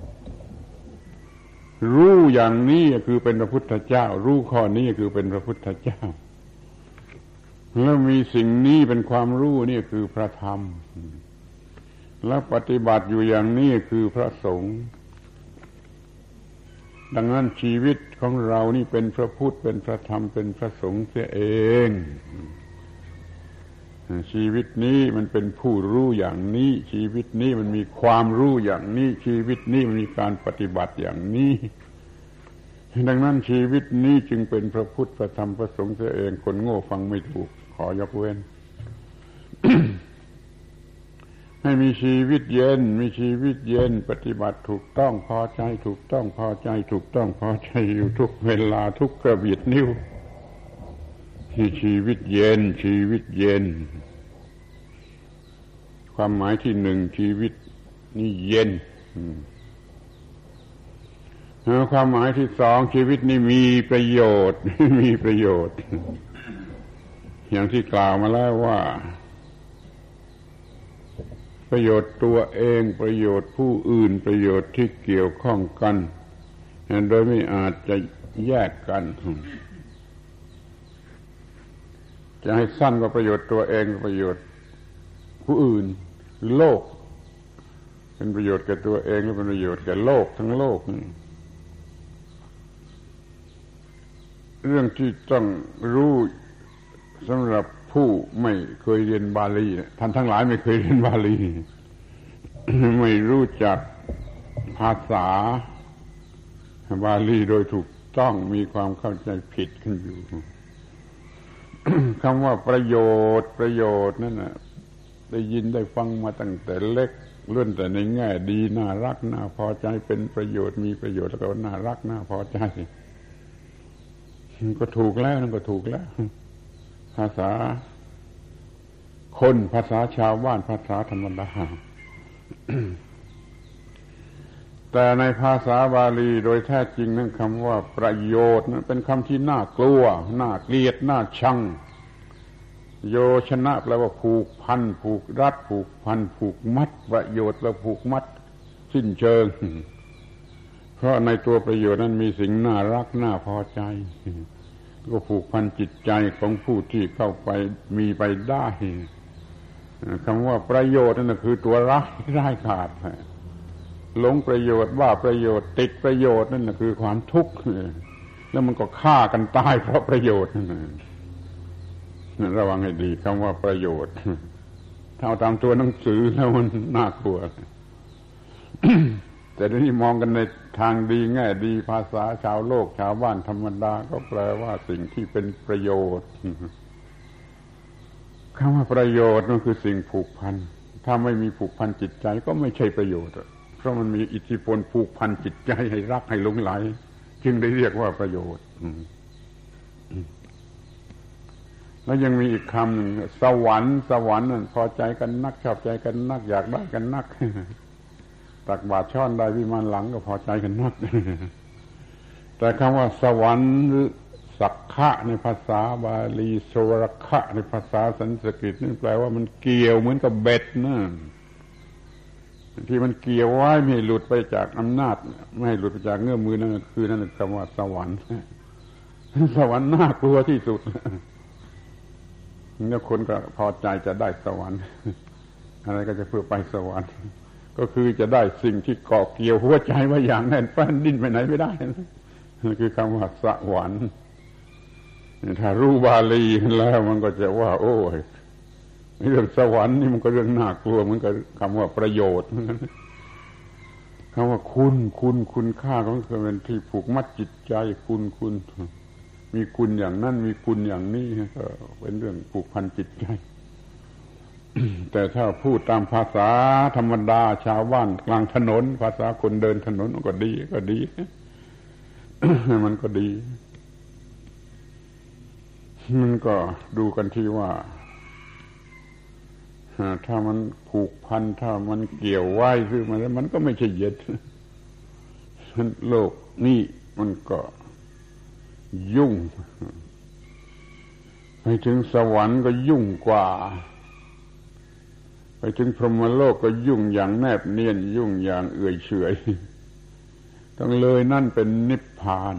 รู้อย่างนี้คือเป็นพระพุทธเจ้ารู้ข้อนี้คือเป็นพระพุทธเจ้าแล้วมีสิ่งนี้เป็นความรู้นี่คือพระธรรมแล้วปฏิบัติอยู่อย่างนี้คือพระสงฆ์ดังนั้นชีวิตของเรานี่เป็นพระพุทธเป็นพระธรรมเป็นพระสงฆ์เสียเองชีวิตนี้มันเป็นผู้รู้อย่างนี้ชีวิตนี้มันมีความรู้อย่างนี้ชีวิตนี้มันมีการปฏิบัติอย่างนี้ดังนั้นชีวิตนี้จึงเป็นพระพุทธพระธรรมพระสงฆ์เสียเองคนโง่ฟังไม่ถูกขอยกเว้น ให้มีชีวิตเย็นมีชีวิตเย็นปฏิบัติถูกต้องพอใจถูกต้องพอใจถูกต้องพอใจอยู่ทุกเวลาทุกกระเบียดนิ้วที่ชีวิตเย็นชีวิตเย็นความหมายที่หนึ่งชีวิตนี่เย็นความหมายที่สองชีวิตนี่มีประโยชน์มีประโยชน์อย่างที่กล่าวมาแล้วว่าประโยชน์ตัวเองประโยชน์ผู้อื่นประโยชน์ที่เกี่ยวข้องกันโดยไม่อาจจะแยกกันจะให้สั้นก็ประโยชน์ตัวเองประโยชน์ผู้อื่นโลกเป็นประโยชน์แก่ตัวเองและเป็นประโยชน์แก่โลกทั้งโลกเรื่องที่ต้องรู้สำหรับผู้ไม่เคยเรียนบาลีท่านทั้งหลายไม่เคยเรียนบาลี ไม่รู้จักภาษาบาลีโดยถูกต้องมีความเข้าใจผิดกันอยู่ คำว่าประโยชน์ประโยชน์นั่นน่ะได้ยินได้ฟังมาตั้งแต่เล็กล้วนแต่ในแง่ดีน่ารักน่าพอใจเป็นประโยชน์มีประโยชน์แล้วก็น่ารักน่าพอใจก็ถูกแล้วนั่นก็ถูกแล้วภาษาคนภาษาชาวบ้านภาษาธรรมดา แต่ในภาษาบาลีโดยแท้จริงนั้นคำว่าประโยชน์นั้นเป็นคำที่น่ากลัวน่าเกลียดน่าชังโยชนะแปลว่าผูกพันผูกรัดผูกพันผูกมัดประโยชน์แปลว่าผูกมัดสิ้นเชิงเพราะในตัวประโยชน์นั้นมีสิ่งน่ารักน่าพอใจก็ผูกพันจิตใจของผู้ที่เข้าไปมีไปได้คำว่าประโยชน์นั่นคือตัวร้ายร้ายกาจหลงประโยชน์ว่าประโยชน์ติดประโยชน์นั่นคือความทุกข์แล้วมันก็ฆ่ากันตายเพราะประโยชน์นั่นระวังให้ดีคำว่าประโยชน์ถ้าเอาตามตัวหนังสือแล้วมันน่ากลัว แต่ทีนี้มองกันในทางดีแง่ดีภาษาชาวโลกชาวบ้านธรรมดาก็แปลว่าสิ่งที่เป็นประโยชน์คำว่าประโยชน์นั่นคือสิ่งผูกพันถ้าไม่มีผูกพันจิตใจก็ไม่ใช่ประโยชน์เพราะมันมีอิทธิพลผูกพันจิตใจให้รักให้หลงไหลจึงได้เรียกว่าประโยชน์แล้วยังมีอีกคำหนึ่งสวรรค์สวรรค์นั่นพอใจกันนักชอบใจกันนักอยากได้กันนักตักบาตรช้อนได้วิมานหลังก็พอใจกันนักแต่คำว่าสวรรค์หรือสักขะในภาษาบาลีสวรขะในภาษาสันสกฤตนี่แปลว่ามันเกี่ยวเหมือนกับเบ็ดนะที่มันเกี่ยวไว้ไม่ให้หลุดไปจากอำนาจไม่ให้หลุดไปจากเงื้อมมือนั่นคือนั่นคำว่าสวรรค์สวรรค์น่ากลัวที่สุดแล้วคนก็พอใจจะได้สวรรค์อะไรก็จะเพื่อไปสวรรค์ก็คือจะได้สิ่งที่เกาะเกี่ยวหัวใจไว้อย่างแน่นแฟ้นดิ้นไปไหนไม่ได้นั่นคือคำว่าสวรรค์ถ้ารู้บาลีแล้วมันก็จะว่าโอ้ยเรื่องสวรรค์นี่มันก็เรื่องน่ากลัวเหมือนกับคำว่าประโยชน์คำว่าคุณคุณคุณค่าของมันเป็นที่ผูกมัดจิตใจคุณคุณมีคุณอย่างนั้นมีคุณอย่างนี้ก็เป็นเรื่องผูกพันจิตใจ แต่ถ้าพูดตามภาษาธรรมดาชาวบ้านกลางถนนภาษาคนเดินถนนก็ดีก็ดี มันก็ดีมันก็ดูกันที่ว่าถ้ามันผูกพันถ้ามันเกี่ยวไว้คือมันมันก็ไม่ใช่เย็ดโลกนี่มันก็ยุ่งไปถึงสวรรค์ก็ยุ่งกว่าไปถึงพรหมโลกก็ยุ่งอย่างแนบเนียนยุ่งอย่างเอื่อยเฉยต้องเลยนั่นเป็นนิพพาน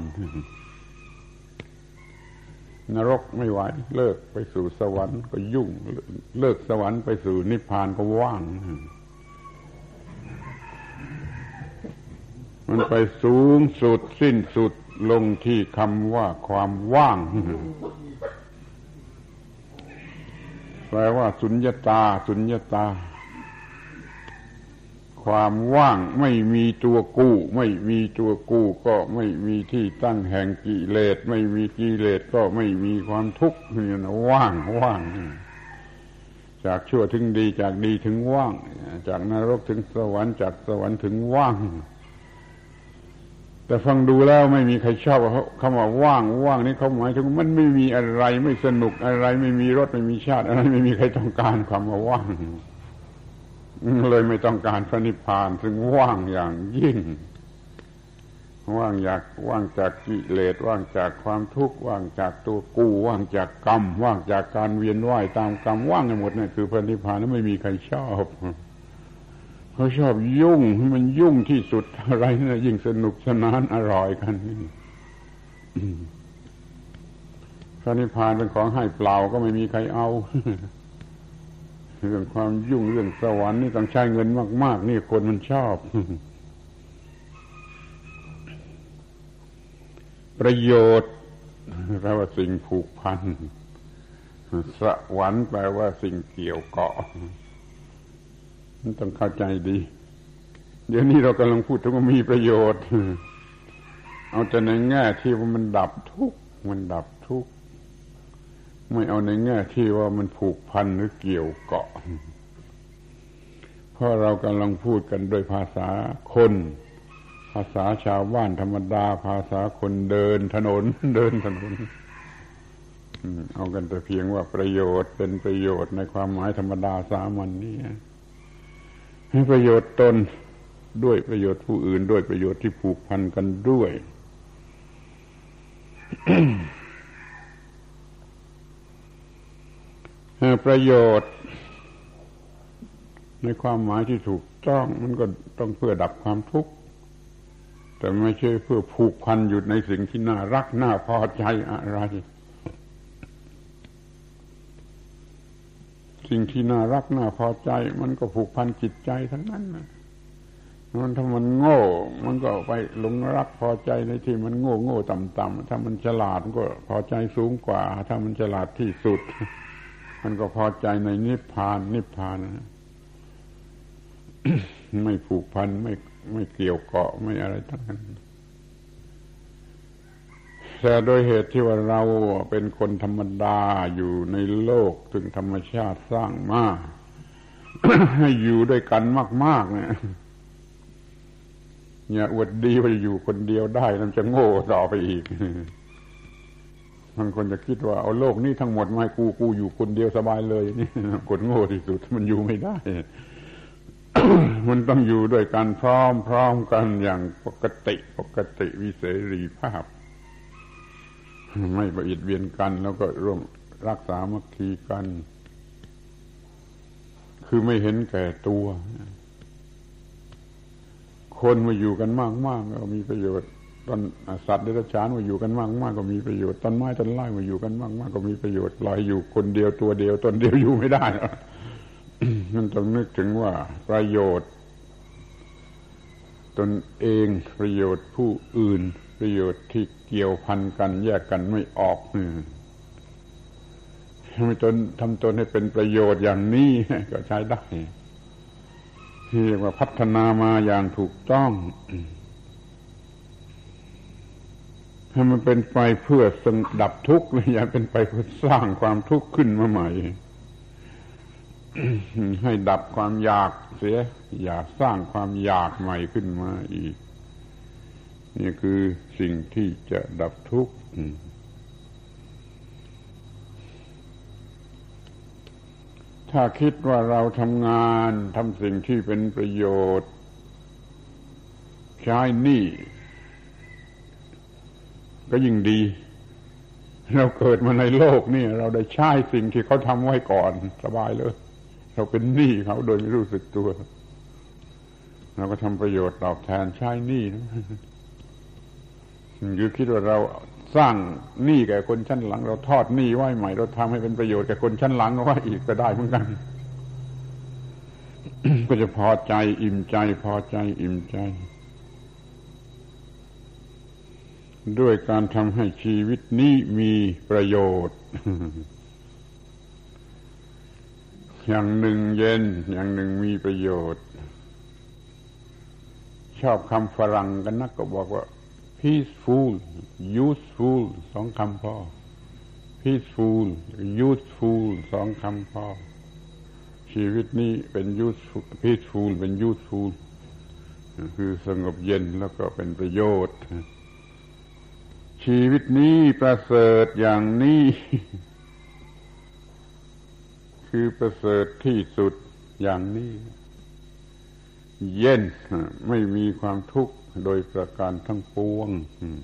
นรกไม่ไหวเลิกไปสู่สวรรค์ก็ยุ่งเลิกสวรรค์ไปสู่นิพพานก็ว่างมันไปสูงสุดสิ้นสุดลงที่คำว่าความว่างแปลว่าสุญญตาสุญญตาความว่างไม่มีตัวกู้ไม่มีตัวกู้ก็ไม่มีที่ตั้งแห่งกิเลสไม่มีกิเลสก็ไม่มีความทุกข์นี่นะว่างว่างจากชั่วถึงดีจากดีถึงว่างจากนรกถึงสวรรค์จากสวรรค์ถึงว่างแต่ฟังดูแล้วไม่มีใครชอบคำว่าว่างว่างนี่เขาหมายถึงมันไม่มีอะไรไม่สนุกอะไรไม่มีรสไม่มีชาติอะไรไม่มีใครต้องการความว่าว่างเลยไม่ต้องการพระนิพพานซึ่งว่างอย่างยิ่งว่างจากว่างจากกิเลสว่างจากความทุกข์ว่างจากตัวกู้ว่างจากกรรมว่างจากการเวียนว่ายตามกรรมว่างกันหมดนี่คือพระนิพพานนั้นไม่มีใครชอบเขาชอบยุ่งให้มันยุ่งที่สุดอะไรนะยิ่งสนุกสนานอร่อยกันนี่พระนิพพานเป็นของให้เปล่าก็ไม่มีใครเอาเรื่องความยุ่งเรื่องสวรรค์นี่ต้องใช้เงินมากๆนี่คนมันชอบประโยชน์แปลว่าสิ่งผูกพันสวรรค์แปลว่าสิ่งเกี่ยวเกาะมันต้องเข้าใจดีเดี๋ยวนี้เรากำลังพูดถึงว่ามีประโยชน์เอาแต่ในแง่ที่ว่ามันดับทุกข์มันดับทุกข์ไม่เอาในแง่ที่ว่ามันผูกพันหรือเกี่ยวเกาะเพราะเรากำลังพูดกันโดยภาษาคนภาษาชาวบ้านธรรมดาภาษาคนเดินถนนเดินถนนเอากันแต่เพียงว่าประโยชน์เป็นประโยชน์ในความหมายธรรมดาสามัญนี่ให้ประโยชน์ตนด้วยประโยชน์ผู้อื่นด้วยประโยชน์ที่ผูกพันกันด้วย ประโยชน์ในความหมายที่ถูกต้องมันก็ต้องเพื่อดับความทุกข์แต่ไม่ใช่เพื่อผูกพันอยู่ในสิ่งที่น่ารักน่าพอใจอะไรสิ่งที่น่ารักน่าพอใจมันก็ผูกพันจิตใจทั้งนั้นนะมันถ้ามันโง่มันก็ไปหลงรักพอใจในที่มันโง่โง่ต่ำๆถ้ามันฉลาดก็พอใจสูงกว่าถ้ามันฉลาดที่สุดมันก็พอใจในนิพพานนิพพานนะ ไม่ผูกพันไม่ไม่เกี่ยวเกาะไม่อะไรทั้งนั้นแต่โดยเหตุที่ว่าเราเป็นคนธรรมดาอยู่ในโลกถึงธรรมชาติสร้างมา ให้อยู่ด้วยกันมากๆเนี่ยอย่าอวดดีว่าอยู่คนเดียวได้มันจะโง่ต่อไปอีกบางคนจะคิดว่าเอาโลกนี้ทั้งหมดมาให้กูกูอยู่คนเดียวสบายเลยนี่คนโง่ที่สุดมันอยู่ไม่ได้ มันต้องอยู่ด้วยกันพร้อมๆกันอย่างปกติปกติวิเสรีภาพไม่ประอิดเวียนกันแล้วก็ร่วมรักษามัคคีกันคือไม่เห็นแก่ตัวคนมาอยู่กันมากๆก็มีประโยชน์ต้นสัตว์เดรัจฉานมาอยู่กันมากๆก็มีประโยชน์ต้นไม้ต้นไม้มาอยู่กันมากๆก็มีประโยชน์ปล่อยอยู่คนเดียวตัวเดียวตนเดียวอยู่ไม่ได้ มันต้องนึกถึงว่าประโยชน์ตนเองประโยชน์ผู้อื่นประโยชน์ที่เกี่ยวพันกันแยกกันไม่ออกไม่ตนทำตนให้เป็นประโยชน์อย่างนี้ก็ใช้ได้ที่เรียกว่าพัฒนามาอย่างถูกต้องให้มันเป็นไปเพื่อดับทุกข์อย่าเป็นไปเพื่อสร้างความทุกข์ขึ้นมาใหม่ ให้ดับความอยากเสียอย่าสร้างความอยากใหม่ขึ้นมาอีกนี่คือสิ่งที่จะดับทุกข์ถ้าคิดว่าเราทำงานทำสิ่งที่เป็นประโยชน์ใช้หนี้ก็ยิ่งดีเราเกิดมาในโลกนี่เราได้ใช้สิ่งที่เขาทำไว้ก่อนสบายเลยเราเป็นหนี้เขาโดยไม่รู้สึกตัวเราก็ทำประโยชน์ตอบแทนใช้หนี้นะอยู่คิดว่าเราสร้างหนี้แก่คนชั้นหลังเราทอดหนี้ไว้ใหม่เราทำให้เป็นประโยชน์แก่คนชั้นหลังไว้อีกก็ได้เหมือนกัน ก็จะพอใจอิ่มใจพอใจอิ่มใจด้วยการทำให้ชีวิตนี้มีประโยชน์ อย่างหนึ่งเย็นอย่างหนึ่งมีประโยชน์ชอบคำฝรั่งกันนักก็บอกว่า peaceful useful สองคำพอ peaceful useful สองคำพอชีวิตนี้เป็น useful peaceful เป็น useful คือสงบเย็นแล้วก็เป็นประโยชน์ชีวิตนี้ประเสริฐอย่างนี้ คือประเสริฐที่สุดอย่างนี้เย็นไม่มีความทุกข์โดยประการทั้งปวง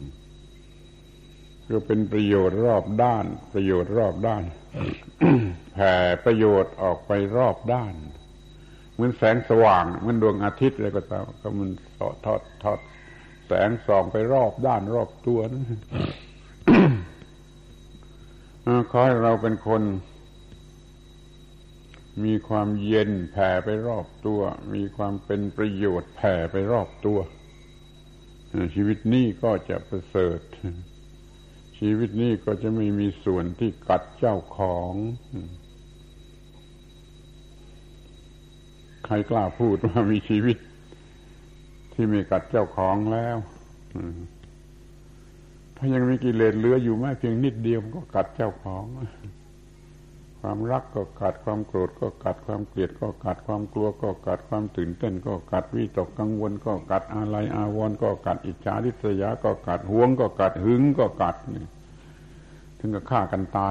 ก็เป็นประโยชน์รอบด้านประโยชน์รอบด้าน แผ่ประโยชน์ออกไปรอบด้านเหมือนแสงสว่างเหมือนดวงอาทิตย์อะไรก็ตามก็มันทอดทอดทอดแสงส่องไปรอบด้านรอบตัวนะ ขอให้เราเป็นคนมีความเย็นแผ่ไปรอบตัวมีความเป็นประโยชน์แผ่ไปรอบตัวชีวิตนี้ก็จะประเสริฐชีวิตนี้ก็จะไม่มีส่วนที่กัดเจ้าของใครกล้าพูดว่ามีชีวิตที่ไม่กัดเจ้าของแล้วถ้ายังมีกิเลสเหลืออยู่แม้เพียงนิดเดียวก็กัดเจ้าของความรักก็กัดความโกรธก็กัดความเกลียดก็กัดความกลัวก็กัดความตื่นเต้นก็กัดวิตกกังวลก็กัดอาลัยอาวรณ์ก็กัดอิจฉาริษยาก็กัดหวงก็กัดหึงก็กัดนี่ถึงกับฆ่ากันตาย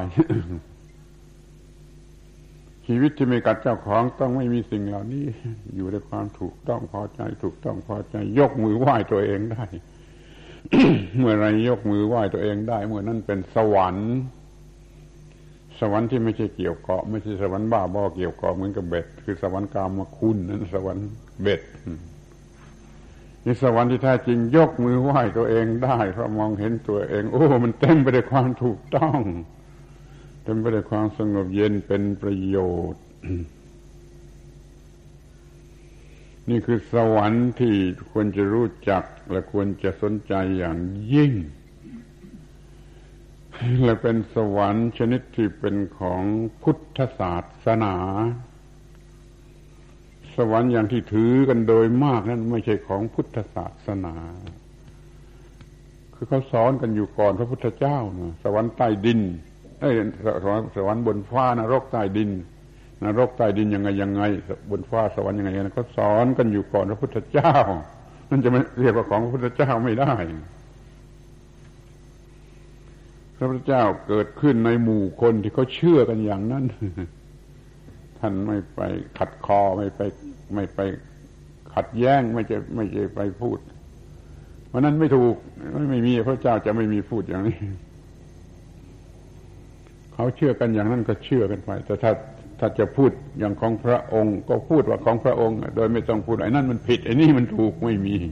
ชีวิตที่ไม่กัดเจ้าของต้องไม่มีสิ่งเหล่านี้อยู่ในความถูกต้องพอใจถูกต้องพอใจยกมือไหว้ตัวเองได้ เมื่อไรยกมือไหว้ตัวเองได้เมื่อนั้นเป็นสวรรค์สวรรค์ที่ไม่ใช่เกี่ยวเกาะไม่ใช่สวรรค์บ้าบอเกี่ยวเกาะเหมือนกับเบ็ดคือสวรรค์กามคุณนั้นสวรรค์เบ็ดนี่สวรรค์ที่แท้จริงยกมือไหว้ตัวเองได้เพราะมองเห็นตัวเองโอ้มันเต็มไปด้วยความถูกต้องเต็มไปด้วยความสงบเย็นเป็นประโยชน์ นี่คือสวรรค์ที่ควรจะรู้จักและควรจะสนใจอย่างยิ่งและเป็นสวรรค์ชนิดที่เป็นของพุทธศาสนาสวรรค์อย่างที่ถือกันโดยมากนั้นไม่ใช่ของพุทธศาสนาคือเขาสอนกันอยู่ก่อนพระพุทธเจ้านะสวรรค์ใต้ดินเอ้ยสวรรค์สวรรค์บนฟ้านรกใต้ดินนรกใต้ดินยังไงยังไงบนฟ้าสวรรค์ยังไงนะเขาสอนกันอยู่ก่อนพระพุทธเจ้านั่นจะไม่เรียกว่าของพระพุทธเจ้าไม่ได้พระพุทธเจ้าเกิดขึ้นในหมู่คนที่เขาเชื่อกันอย่างนั้นท่านไม่ไปขัดคอไม่ไปไม่ไปขัดแย้งไม่จะไม่จะไปพูดเพราะนั้นไม่ถูกไม่ไม่มีพระเจ้าจะไม่มีพูดอย่างนี้เขาเชื่อกันอย่างนั้นก็เชื่อกันไปแต่ถ้าถ้าจะพูดอย่างของพระองค์ก็พูดว่าของพระองค์โดยไม่ต้องพูดไอ้นั่นมันผิดไอ้นี่มันถูกไม่มี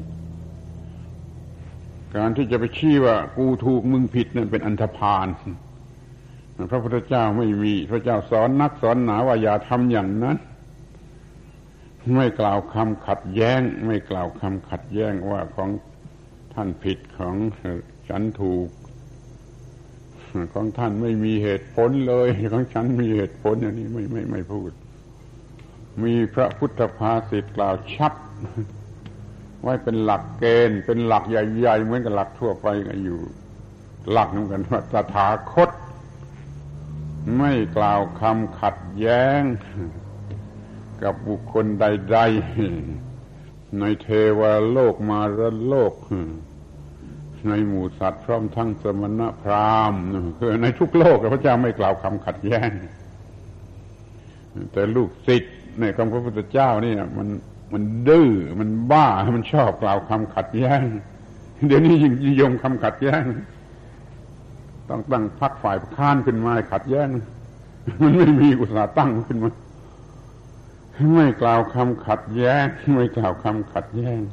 การที่จะไปชี้ว่ากูถูกมึงผิดนั่นเป็นอันธพาลพระพุทธเจ้าไม่มีพระเจ้าสอนนักสอนหนาว่าอย่าทำอย่างนั้นไม่กล่าวคำขัดแย้งไม่กล่าวคำขัดแย้งว่าของท่านผิดของฉันถูกของท่านไม่มีเหตุผลเลยของฉันมีเหตุผลอย่างนี้ไม่ไม่ไม่พูดมีพระพุทธภาษิตกล่าวชัดไว้เป็นหลักเกณฑ์เป็นหลักใหญ่ๆเหมือนกับหลักทั่วไปก็อยู่หลักเหมือนกันว่าตถาคตไม่กล่าวคำขัดแย้งกับบุคคลใดๆในเทวโลกมารโลกในหมู่สัตว์พร้อมทั้งสมณพราหมณ์คือในทุกโลกพระเจ้าไม่กล่าวคำขัดแย้งแต่ลูกศิษย์ในคำพระพุทธเจ้านี่มันมันดื้อมันบ้ามันชอบกล่าวคำขัดแย้งเดี๋ยวนี้ยิ่งนิยมคำขัดแย้งต้องตั้งพรรคฝ่ายค้านขึ้นมาขัดแย้งมันไม่มีอุตสาห์ตั้งขึ้นมาไม่กล่าวคำขัดแย้งไม่กล่าวคำขัดแย้ง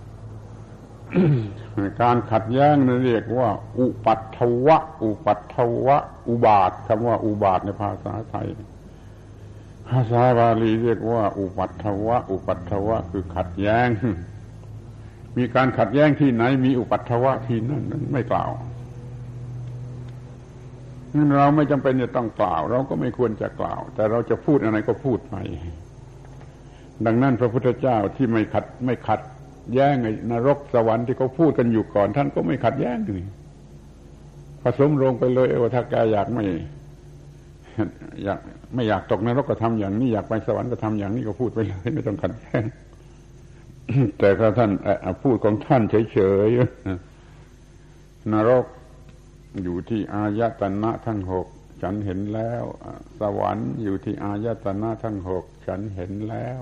การขัดแย้งนั้นเรียกว่าอุปัฏฐวะอุปัฏฐวะอุบาทคำว่าอุบาทในภาษาไทยภาษาบาลีเรียกว่าอุปัฏฐวะอุปัฏฐวะคือขัดแย้งมีการขัดแย้งที่ไหนมีอุปัฏฐวะที่นั่นนั้นไม่กล่าวงั้นเราไม่จำเป็นจะต้องกล่าวเราก็ไม่ควรจะกล่าวแต่เราจะพูดอะไรก็พูดไปดังนั้นพระพุทธเจ้าที่ไม่ขัดไม่ขัดแย้งไอ้นรกสวรรค์ที่เขาพูดกันอยู่ก่อนท่านก็ไม่ขัดแย้งนี่ผสมลงไปเลยว่าถ้าแกอยากไม่อยากไม่อยากตกนรกก็ทำอย่างนี้อยากไปสวรรค์ก็ทำอย่างนี้ก็พูดไปเลยไม่ต้องขัดแย้ง แต่ถ้าท่านพูดของท่านเฉยๆนรกอยู่ที่อายตนะทั้งหกฉันเห็นแล้วสวรรค์อยู่ที่อายตนะทั้งหกฉันเห็นแล้ว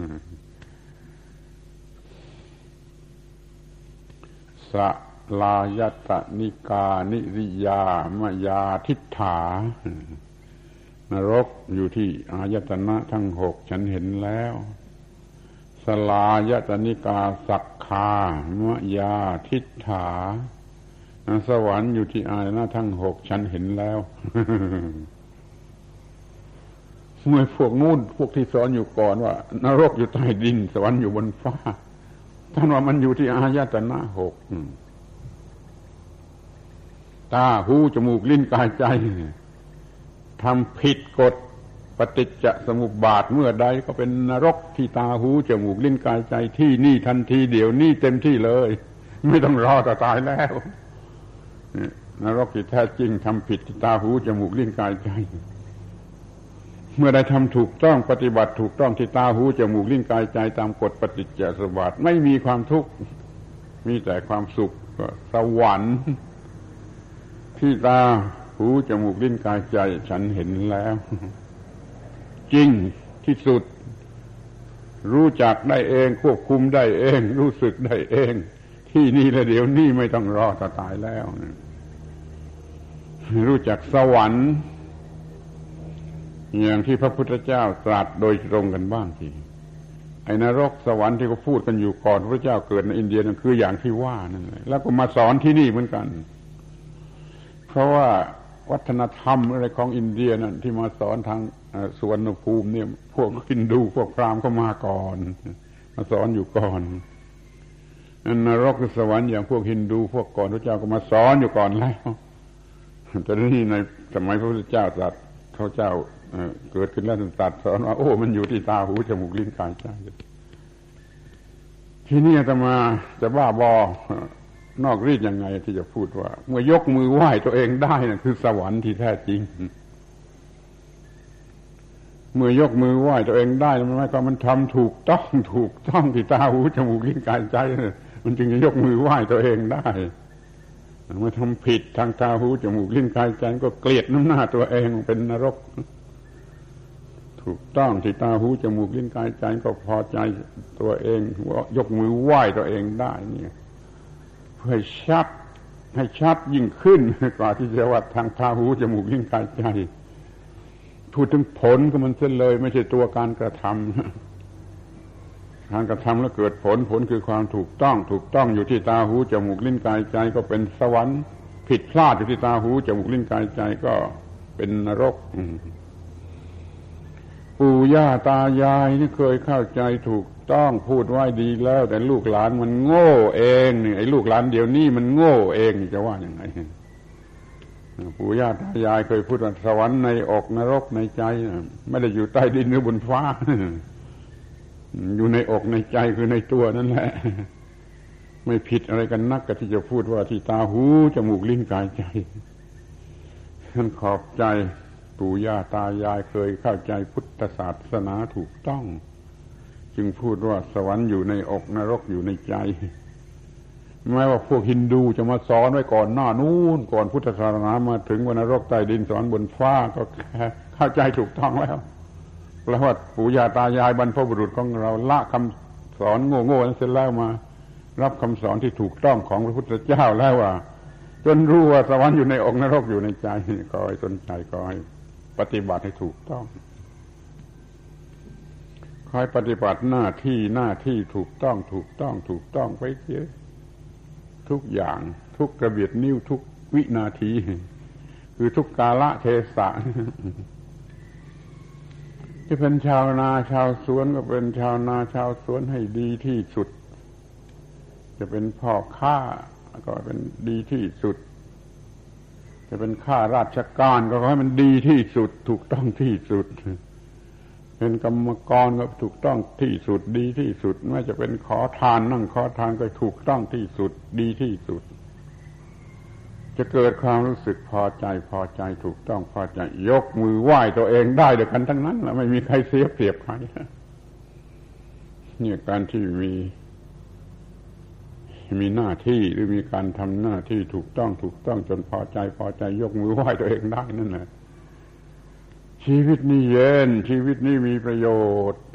สลายตนิกานิริยามยาทิฏฐานรกอยู่ที่อายตนะทั้งหกฉันเห็นแล้วสลายตนิกาสักขามยาทิฏฐาสวรรค์อยู่ที่อายตนะทั้งหกฉันเห็นแล้วเมื่อพวกนู้นพวกที่สอนอยู่ก่อนว่านรกอยู่ใต้ดินสวรรค์อยู่บนฟ้าท่านว่ามันอยู่ที่อายตนะหกตาหูจมูกลิ้นกายใจทำผิดกฎปฏิจจสมุปบาทเมื่อใดก็เป็นนรกที่ตาหูจมูกลิ้นกายใจที่นี่ทันทีเดี๋ยวนี้เต็มที่เลยไม่ต้องรอต่อตายแล้วนรกที่แท้จริงทำผิดที่ตาหูจมูกลิ้นกายใจเมื่อได้ทำถูกต้องปฏิบัติถูกต้องที่ตาหูจมูกลิ้นกายใจตามกฎปฏิจจสมุปบาทไม่มีความทุกข์มีแต่ความสุขสวรรค์ที่ตาหูจมูกลิ้นกายใจฉันเห็นแล้วจริงที่สุดรู้จักได้เองควบคุมได้เองรู้สึกได้เองที่นี่และเดี๋ยวนี้ไม่ต้องรอต่อตายแล้วรู้จักสวรรค์อย่างที่พระพุทธเจ้าตรัสโดยตรงกันบ้างทีไอ้นรกสวรรค์ที่เขาพูดกันอยู่ก่อนพระเจ้าเกิดในอินเดียนั่นคืออย่างที่ว่านั่นแหละแล้วก็มาสอนที่นี่เหมือนกันเพราะว่าวัฒนธรรมอะไรของอินเดียนั่นที่มาสอนทางสุวรรณภูมิเนี่ยพวกฮินดูพวกพราหมณ์เข้ามาก่อนมาสอนอยู่ก่อนนรกกับสวรรค์อย่างพวกฮินดูพวกก่อนพระเจ้าก็มาสอนอยู่ก่อนแล้วแต่นี่ในสมัยพระพุทธเจ้าตรัสเขาเจ้าเกิดขึ้นแล้วตรัสสอนว่าโอ้มันอยู่ที่ตาหูจมูกลิ้นกายใจที่นี่อาตมาจะบ้าบอนอกรีดยังไงที่จะพูดว่าเมื่อยกมือไหว้ตัวเองได้นั่นคือสวรรค์ที่แท้จริงเมื่อยกมือไหว้ตัวเองได้มันหมายความมันทำถูกต้องถูกต้องที่ตาหูจมูกลิ้นกายใจมันจึงจะยกมือไหว้ตัวเองได้เมื่อทำผิดทางตาหูจมูกลิ้นกายใจก็เกลียดน้ำหน้าตัวเองเป็นนรกถูกต้องที่ตาหูจมูกลิ้นกายใจก็พอใจตัวเองว่ายกมือไหว้ตัวเองได้เนี่ยเพื่อชัดให้ชัดยิ่งขึ้นกว่าที่จะว่าทางตาหูจมูกลิ้นกายใจพูดถึงผลก็มันเส้นเลยไม่ใช่ตัวการกระทำการกระทำแล้วเกิดผลผลคือความถูกต้องถูกต้องอยู่ที่ตาหูจมูกลิ้นกายใจก็เป็นสวรรค์ผิดพลาดอยู่ที่ตาหูจมูกลิ้นกายใจก็เป็นนรกปู่ย่าตายายนี่เคยเข้าใจถูกต้องพูดไว้ดีแล้วแต่ลูกหลานมันโง่เองนี่ไอ้ลูกหลานเดี๋ยวนี้มันโง่เองจะว่าอย่างไรปู่ย่าตายายเคยพูดว่าสวรรค์ในอกนรกในใจไม่ได้อยู่ใต้ดินหรือบนฟ้าอยู่ในอกในใจคือในตัวนั่นแหละไม่ผิดอะไรกันนักกับที่จะพูดว่าที่ตาหูจมูกลิ้นกายใจท่านขอบใจปู่ย่าตายายเคยเข้าใจพุทธศาสนาถูกต้องจึงพูดว่าสวรรค์อยู่ในอกนรกอยู่ในใจแม้ว่าพวกฮินดูจะมาสอนไว้ก่อนหน้านู้นก่อนพุทธศาสนามาถึงว่านรกใต้ดินสวรรค์บนฟ้าก็เข้าใจถูกต้องแล้วแล้วว่าปู่ย่าตายายบรรพบุรุษของเราละคำสอนโง่ๆนั้นเสร็จแล้วมารับคำสอนที่ถูกต้องของพระพุทธเจ้าแล้วว่าจนรู้ว่าสวรรค์อยู่ในอกนรกอยู่ในใจขอให้สนใจขอให้ปฏิบัติให้ถูกต้องขอให้ปฏิบัติหน้าที่หน้าที่ถูกต้องถูกต้องถูกต้องไปเสียทุกอย่างทุกกระเบียดนิ้วทุกวินาทีคือทุกกาลเทศะจะเป็นชาวนาชาวสวนก็เป็นชาวนาชาวสวนให้ดีที่สุดจะเป็นพ่อค้าก็เป็นดีที่สุดจะเป็นข้าราชการก็ขอให้มันดีที่สุดถูกต้องที่สุดเป็นกรรมกรก็ถูกต้องที่สุดดีที่สุดไม่จะเป็นขอทานนั่งขอทานก็ถูกต้องที่สุดดีที่สุดจะเกิดความรู้สึกพอใจพอใจถูกต้องพอใจยกมือไหว้ตัวเองได้ด้วยกันทั้งนั้นแล้วไม่มีใครเสียเปรียบใครเนี่ยการที่มีมีหน้าที่หรือมีการทำหน้าที่ถูกต้องถูกต้องจนพอใจพอใจยกมือไหว้ตัวเองได้นั่นแหละชีวิตนี้เย็นชีวิตนี้มีประโยชน์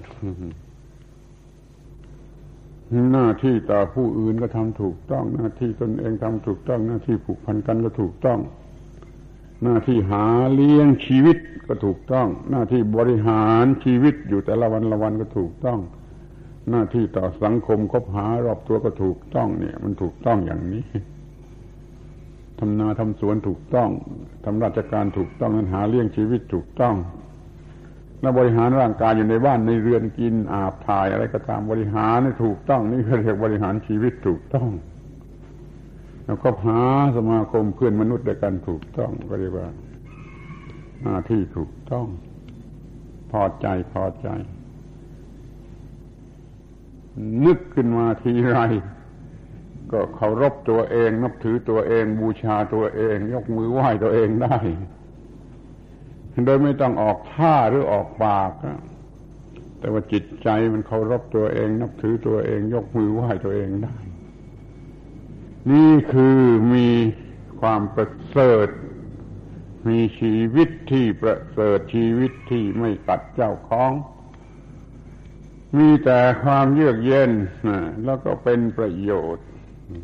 หน้าที่ต่อผู้อื่นก็ทำถูกต้องหน้าที่ตนเองทำถูกต้องหน้าที่ผูกพันกันก็ถูกต้องหน้าที่หาเลี้ยงชีวิตก็ถูกต้องหน้าที่บริหารชีวิตอยู่แต่ละวันละวันก็ถูกต้องหน้าที่ต่อสังคมคบหารอบตัวก็ถูกต้องเนี่ยมันถูกต้องอย่างนี้ทำนาทำสวนถูกต้องทำราชการถูกต้องนั้นหาเลี้ยงชีวิตถูกต้องและบริหารร่างกายอยู่ในบ้านในเรือนกินอาบถ่ายอะไรก็ตามบริหารนี่ถูกต้องนี่เรียกบริหารชีวิตถูกต้องแล้วคบหาสมาคมเพื่อนมนุษย์ด้วยกันถูกต้องก็เรียกว่าหน้าที่ถูกต้องพอใจพอใจนึกขึ้นมาทีไรก็เคารพตัวเองนับถือตัวเองบูชาตัวเองยกมือไหว้ตัวเองได้โดยไม่ต้องออกท่าหรือออกปากแต่ว่าจิตใจมันเคารพตัวเองนับถือตัวเองยกมือไหว้ตัวเองได้นี่คือมีความประเสริฐมีชีวิตที่ประเสริฐชีวิตที่ไม่กัดเจ้าของมีแต่ความเยือกเย็นแล้วก็เป็นประโยชน์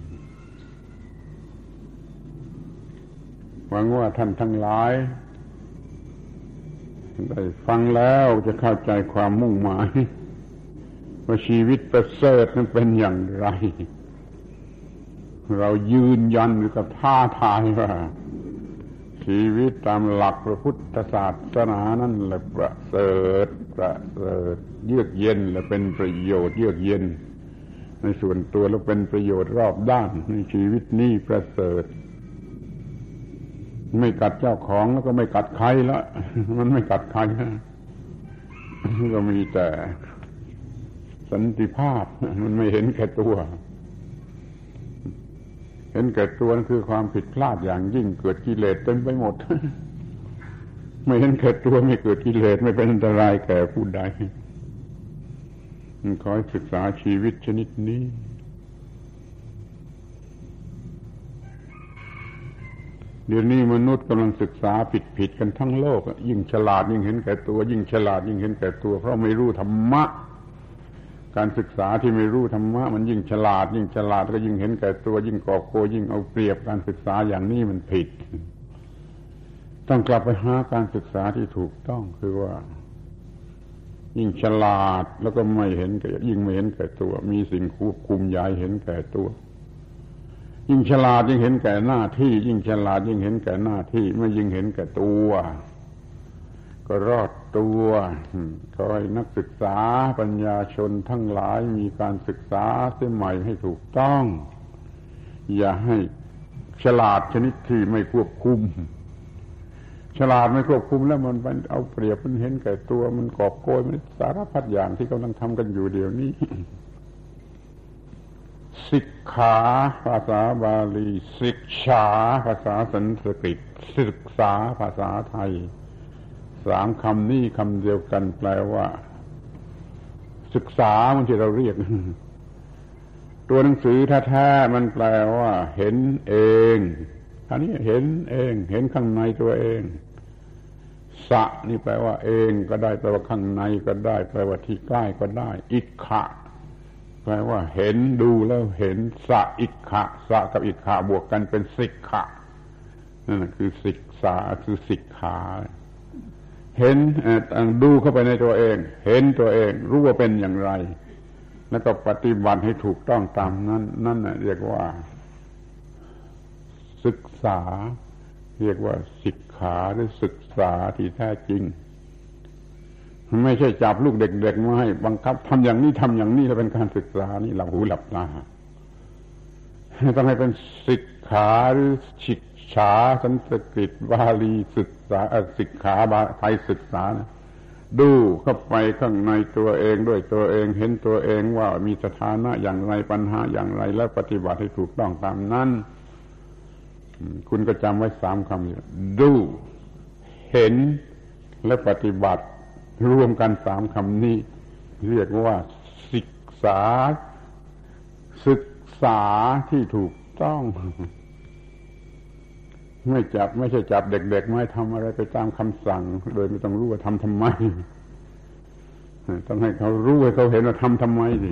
หวังว่าท่านทั้งหลายได้ฟังแล้วจะเข้าใจความมุ่งหมายว่าชีวิตประเสริฐนั้นเป็นอย่างไรเรายืนยันหรือกับท้าทายว่าชีวิตตามหลักพระพุทธศาสนานั่นแหละประเสริฐประเสริฐเยือกเย็นและเป็นประโยชน์เยือกเย็นในส่วนตัวแล้วเป็นประโยชน์รอบด้านในชีวิตนี้ประเสริฐไม่กัดเจ้าของแล้วก็ไม่กัดใครละมันไม่กัดใครก็มีแต่สันติภาพมันไม่เห็นแก่ตัวเห็นแก่ตัวนั่นคือความผิดพลาดอย่างยิ่งเกิดกิเลสเต็มไปหมดไม่เห็นแก่ตัวไม่เกิดกิเลสไม่เป็นอันตรายแก่ผู้ใดขอให้ศึกษาชีวิตชนิดนี้เดี๋ยวนี้มนุษย์กำลังศึกษาผิดๆกันทั้งโลกยิ่งฉลาดยิ่งเห็นแก่ตัวยิ่งฉลาดยิ่งเห็นแก่ตัวเพราะไม่รู้ธรรมะการศึกษาที่ไม่รู้ธรรมะมันยิ่งฉลาดยิ่งฉลาดก็ยิ่งเห็นแก่ตัวยิ่งก่อโกยยิ่งเอาเปรียบการศึกษาอย่างนี้มันผิดต้องกลับไปหาการศึกษาที่ถูกต้องคือว่ายิ่งฉลาดแล้วก็ไม่เห็นแก่ยิ่งไม่เห็นแก่ตัวมีสิ่งควบคุมย้ายเห็นแก่ตัวยิ่งฉลาดยิ่งเห็นแก่หน้าที่ยิ่งฉลาดยิ่งเห็นแก่หน้าที่ไม่ยิ่งเห็นแก่ตัวก็รอดตัวขอให้นักศึกษาปัญญาชนทั้งหลายมีการศึกษาเสียใหม่ให้ถูกต้องอย่าให้ฉลาดชนิดที่ไม่ควบคุมฉลาดไม่ควบคุมแล้วมันมันเอาเปรียบมันเห็นแก่ตัวมันกอบโกยมันสารพัดอย่างที่กำลังทำกันอยู่เดี๋ยวนี้ศิกขาภาษาบาลีศิกษาภาษาสันสกฤตศึกษาภาษาไทยสามคำนี้คำเดียวกันแปลว่าศึกษามันที่เราเรียกตัวหนังสือแท้ๆมันแปลว่าเห็นเองอันนี้เห็นเองเห็นข้างในตัวเองสะนี่แปลว่าเองก็ได้แปลว่าข้างในก็ได้แปลว่าที่ใกล้ก็ได้อิกขะแปลว่าเห็นดูแล้วเห็นสะอิกขะสะกับอิกขะบวกกันเป็นสิกขะนั่นคือศึกษาคือศิกขาเห็นดูเข้าไปในตัวเองเห็นตัวเองรู้ว่าเป็นอย่างไรแล้วก็ปฏิบัติให้ถูกต้องตามนั้นนั่นเรียกว่าศึกษาเรียกว่าศิกขาหรือศึกษาที่แท้จริงไม่ใช่จับลูกเด็กๆมาให้บังคับทำอย่างนี้ทำอย่างนี้แล้วเป็นการศึกษานี่หลับหูหลับตาต้องให้เป็นศิกขาหรือศิกษาสันสกฤตบาลีศึกษาศิกขาไทยศึกษานะดูเข้าไปข้างในตัวเองด้วยตัวเองเห็นตัวเองว่ามีสถานะอย่างไรปัญหาอย่างไรแล้วปฏิบัติให้ถูกต้องตามนั้นคุณก็จำไว้สามคำดูเห็นและปฏิบัติรวมกันสามคำนี้เรียกว่าศึกษาศึกษาที่ถูกต้องไม่จับไม่ใช่จับเด็กๆไม่ทำอะไรไปตามคำสั่งโดยไม่ต้องรู้ว่าทำทำไมต้องให้เขารู้ให้เขาเห็นว่าทำทำไมดิ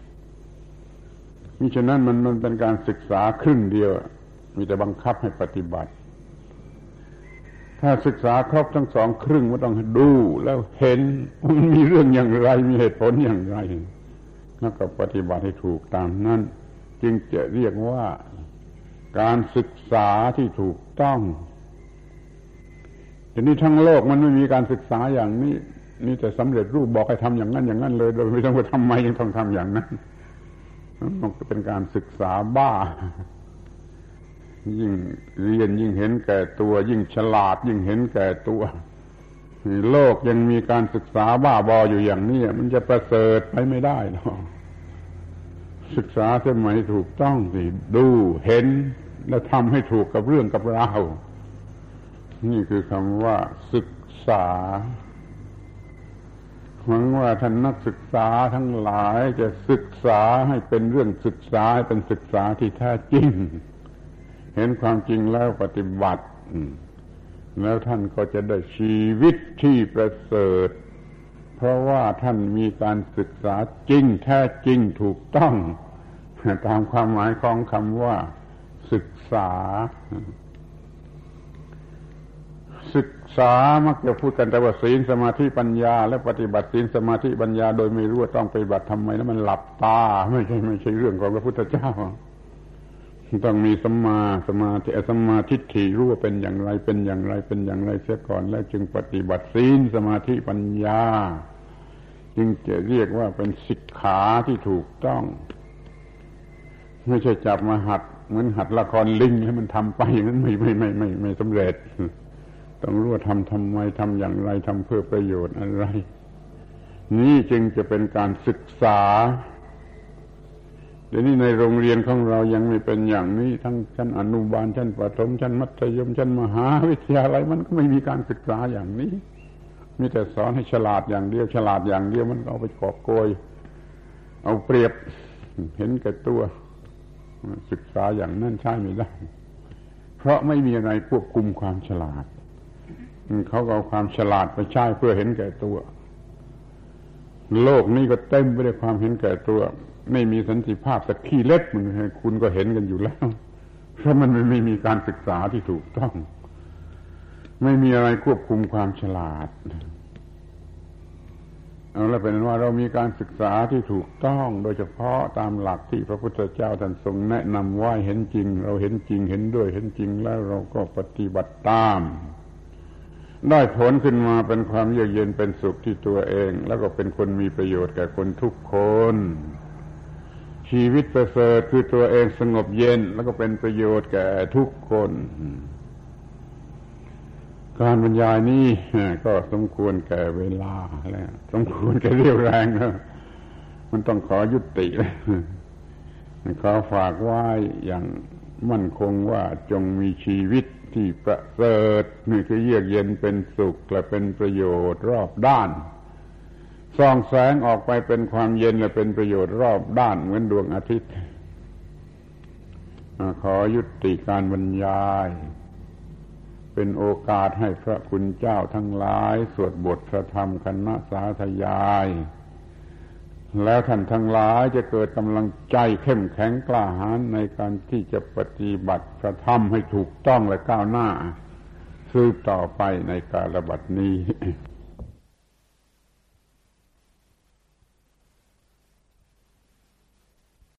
มิฉะนั้นมันมันเป็นการศึกษาครึ่งเดียวมีแต่บังคับให้ปฏิบัติถ้าศึกษาครบทั้งสองครึ่งก็ต้องดูแล้วเห็นมันมีเรื่องอย่างไรมีเหตุผลอย่างไรแล้วก็ปฏิบัติให้ถูกตามนั้นจึงจะเรียกว่าการศึกษาที่ถูกต้องทีนี้ทั้งโลกมันไม่มีการศึกษาอย่างนี้นี่แต่สำเร็จรูปบอกให้ทำอย่างนั้นอย่างนั้นเลยโดยไม่ต้องไปทำไมยังต้องทำอย่างนั้นมันก็เป็นการศึกษาบ้ายิ่งเรียนยิ่งเห็นแก่ตัวยิ่งฉลาดยิ่งเห็นแก่ตัวโลกยังมีการศึกษาบ้าบออยู่อย่างนี้มันจะประเสริฐไปไม่ได้หรอกศึกษาเส้นไหมถูกต้องสิดูเห็นแล้วทำให้ถูกกับเรื่องกับราวนี่คือคำว่าศึกษาหวังว่าท่านนักศึกษาทั้งหลายจะศึกษาให้เป็นเรื่องศึกษาเป็นศึกษาที่แท้จริงเห็นความจริงแล้วปฏิบัติแล้วท่านก็จะได้ชีวิตที่ประเสริฐเพราะว่าท่านมีการศึกษาจริงแท้จริงถูกต้องตามความหมายของคำว่าศึกษาศึกษามักจะพูดกันแต่ว่าศีลสมาธิปัญญาและปฏิบัติศีลสมาธิปัญญาโดยไม่รู้ว่าต้องปฏิบัติทำไมแล้วมันหลับตาไม่ใช่ไม่ใช่เรื่องของพระพุทธเจ้าต้องมีสัมมาสมาธิสัมมาทิฏฐิรู้ว่าเป็นอย่างไรเป็นอย่างไรเป็นอย่างไรเสียก่อนแล้วจึงปฏิบัติศีลสมาธิปัญญาจึงจะเรียกว่าเป็นศิกขาที่ถูกต้องไม่ใช่จับมาหัดเหมือนหัดละครลิงให้มันทำไปอย่างนั้นไม่ไม่ไม่ไม่ไม่สำเร็จต้องรู้ว่าทำทำไมทำอย่างไรทำเพื่อประโยชน์อะไรนี่จึงจะเป็นการศึกษาเดี๋ยวนี้ในโรงเรียนของเรายังไม่เป็นอย่างนี้ทั้งชั้นอนุบาลชั้นประถมชั้นมัธยมชั้นมหาวิทยาลัยมันก็ไม่มีการศึกษาอย่างนี้มีแต่สอนให้ฉลาดอย่างเดียวฉลาดอย่างเดียวมันเอาไปกอบโกยเอาเปรียบเห็นแก่ตัวศึกษาอย่างนั้นใช่ไม่ได้เพราะไม่มีอะไรควบคุมความฉลาดเขาเอาความฉลาดไปใช้เพื่อเห็นแก่ตัวโลกนี้ก็เต็มไปด้วยความเห็นแก่ตัวไม่มีสันติภาพสักขี้เล็กมึงคุณก็เห็นกันอยู่แล้วเพราะมันไม่มีการศึกษาที่ถูกต้องไม่มีอะไรควบคุมความฉลาดเอาละเป็นว่าเรามีการศึกษาที่ถูกต้องโดยเฉพาะตามหลักที่พระพุทธเจ้าท่านทรงแนะนำว่าเห็นจริงเราเห็นจริงเห็นด้วยเห็นจริงแล้วเราก็ปฏิบัติตามได้ผลขึ้นมาเป็นความเยือกเย็นเป็นสุขที่ตัวเองแล้วก็เป็นคนมีประโยชน์แก่คนทุกคนชีวิตประเสริฐคือตัวเองสงบเย็นแล้วก็เป็นประโยชน์แก่ทุกคนการบรรยายนี้ก็สมควรแก่เวลาแล้วสมควรแก่เรี่ยวแรงแล้วมันต้องขอยุติขอฝากไว้อย่างมั่นคงว่าจงมีชีวิตที่ประเสริฐนี่คือเยือกเย็นเป็นสุขและเป็นประโยชน์รอบด้านส่องแสงออกไปเป็นความเย็นและเป็นประโยชน์รอบด้านเหมือนดวงอาทิตย์ขอยุติการบรรยายเป็นโอกาสให้พระคุณเจ้าทั้งหลายสวดบทพระธรรมคณะสาธยายแล้วท่านทั้งหลายจะเกิดกำลังใจเข้มแข็งกล้าหาญในการที่จะปฏิบัติพระธรรมให้ถูกต้องและก้าวหน้าสืบต่อไปในกาลบัดนี้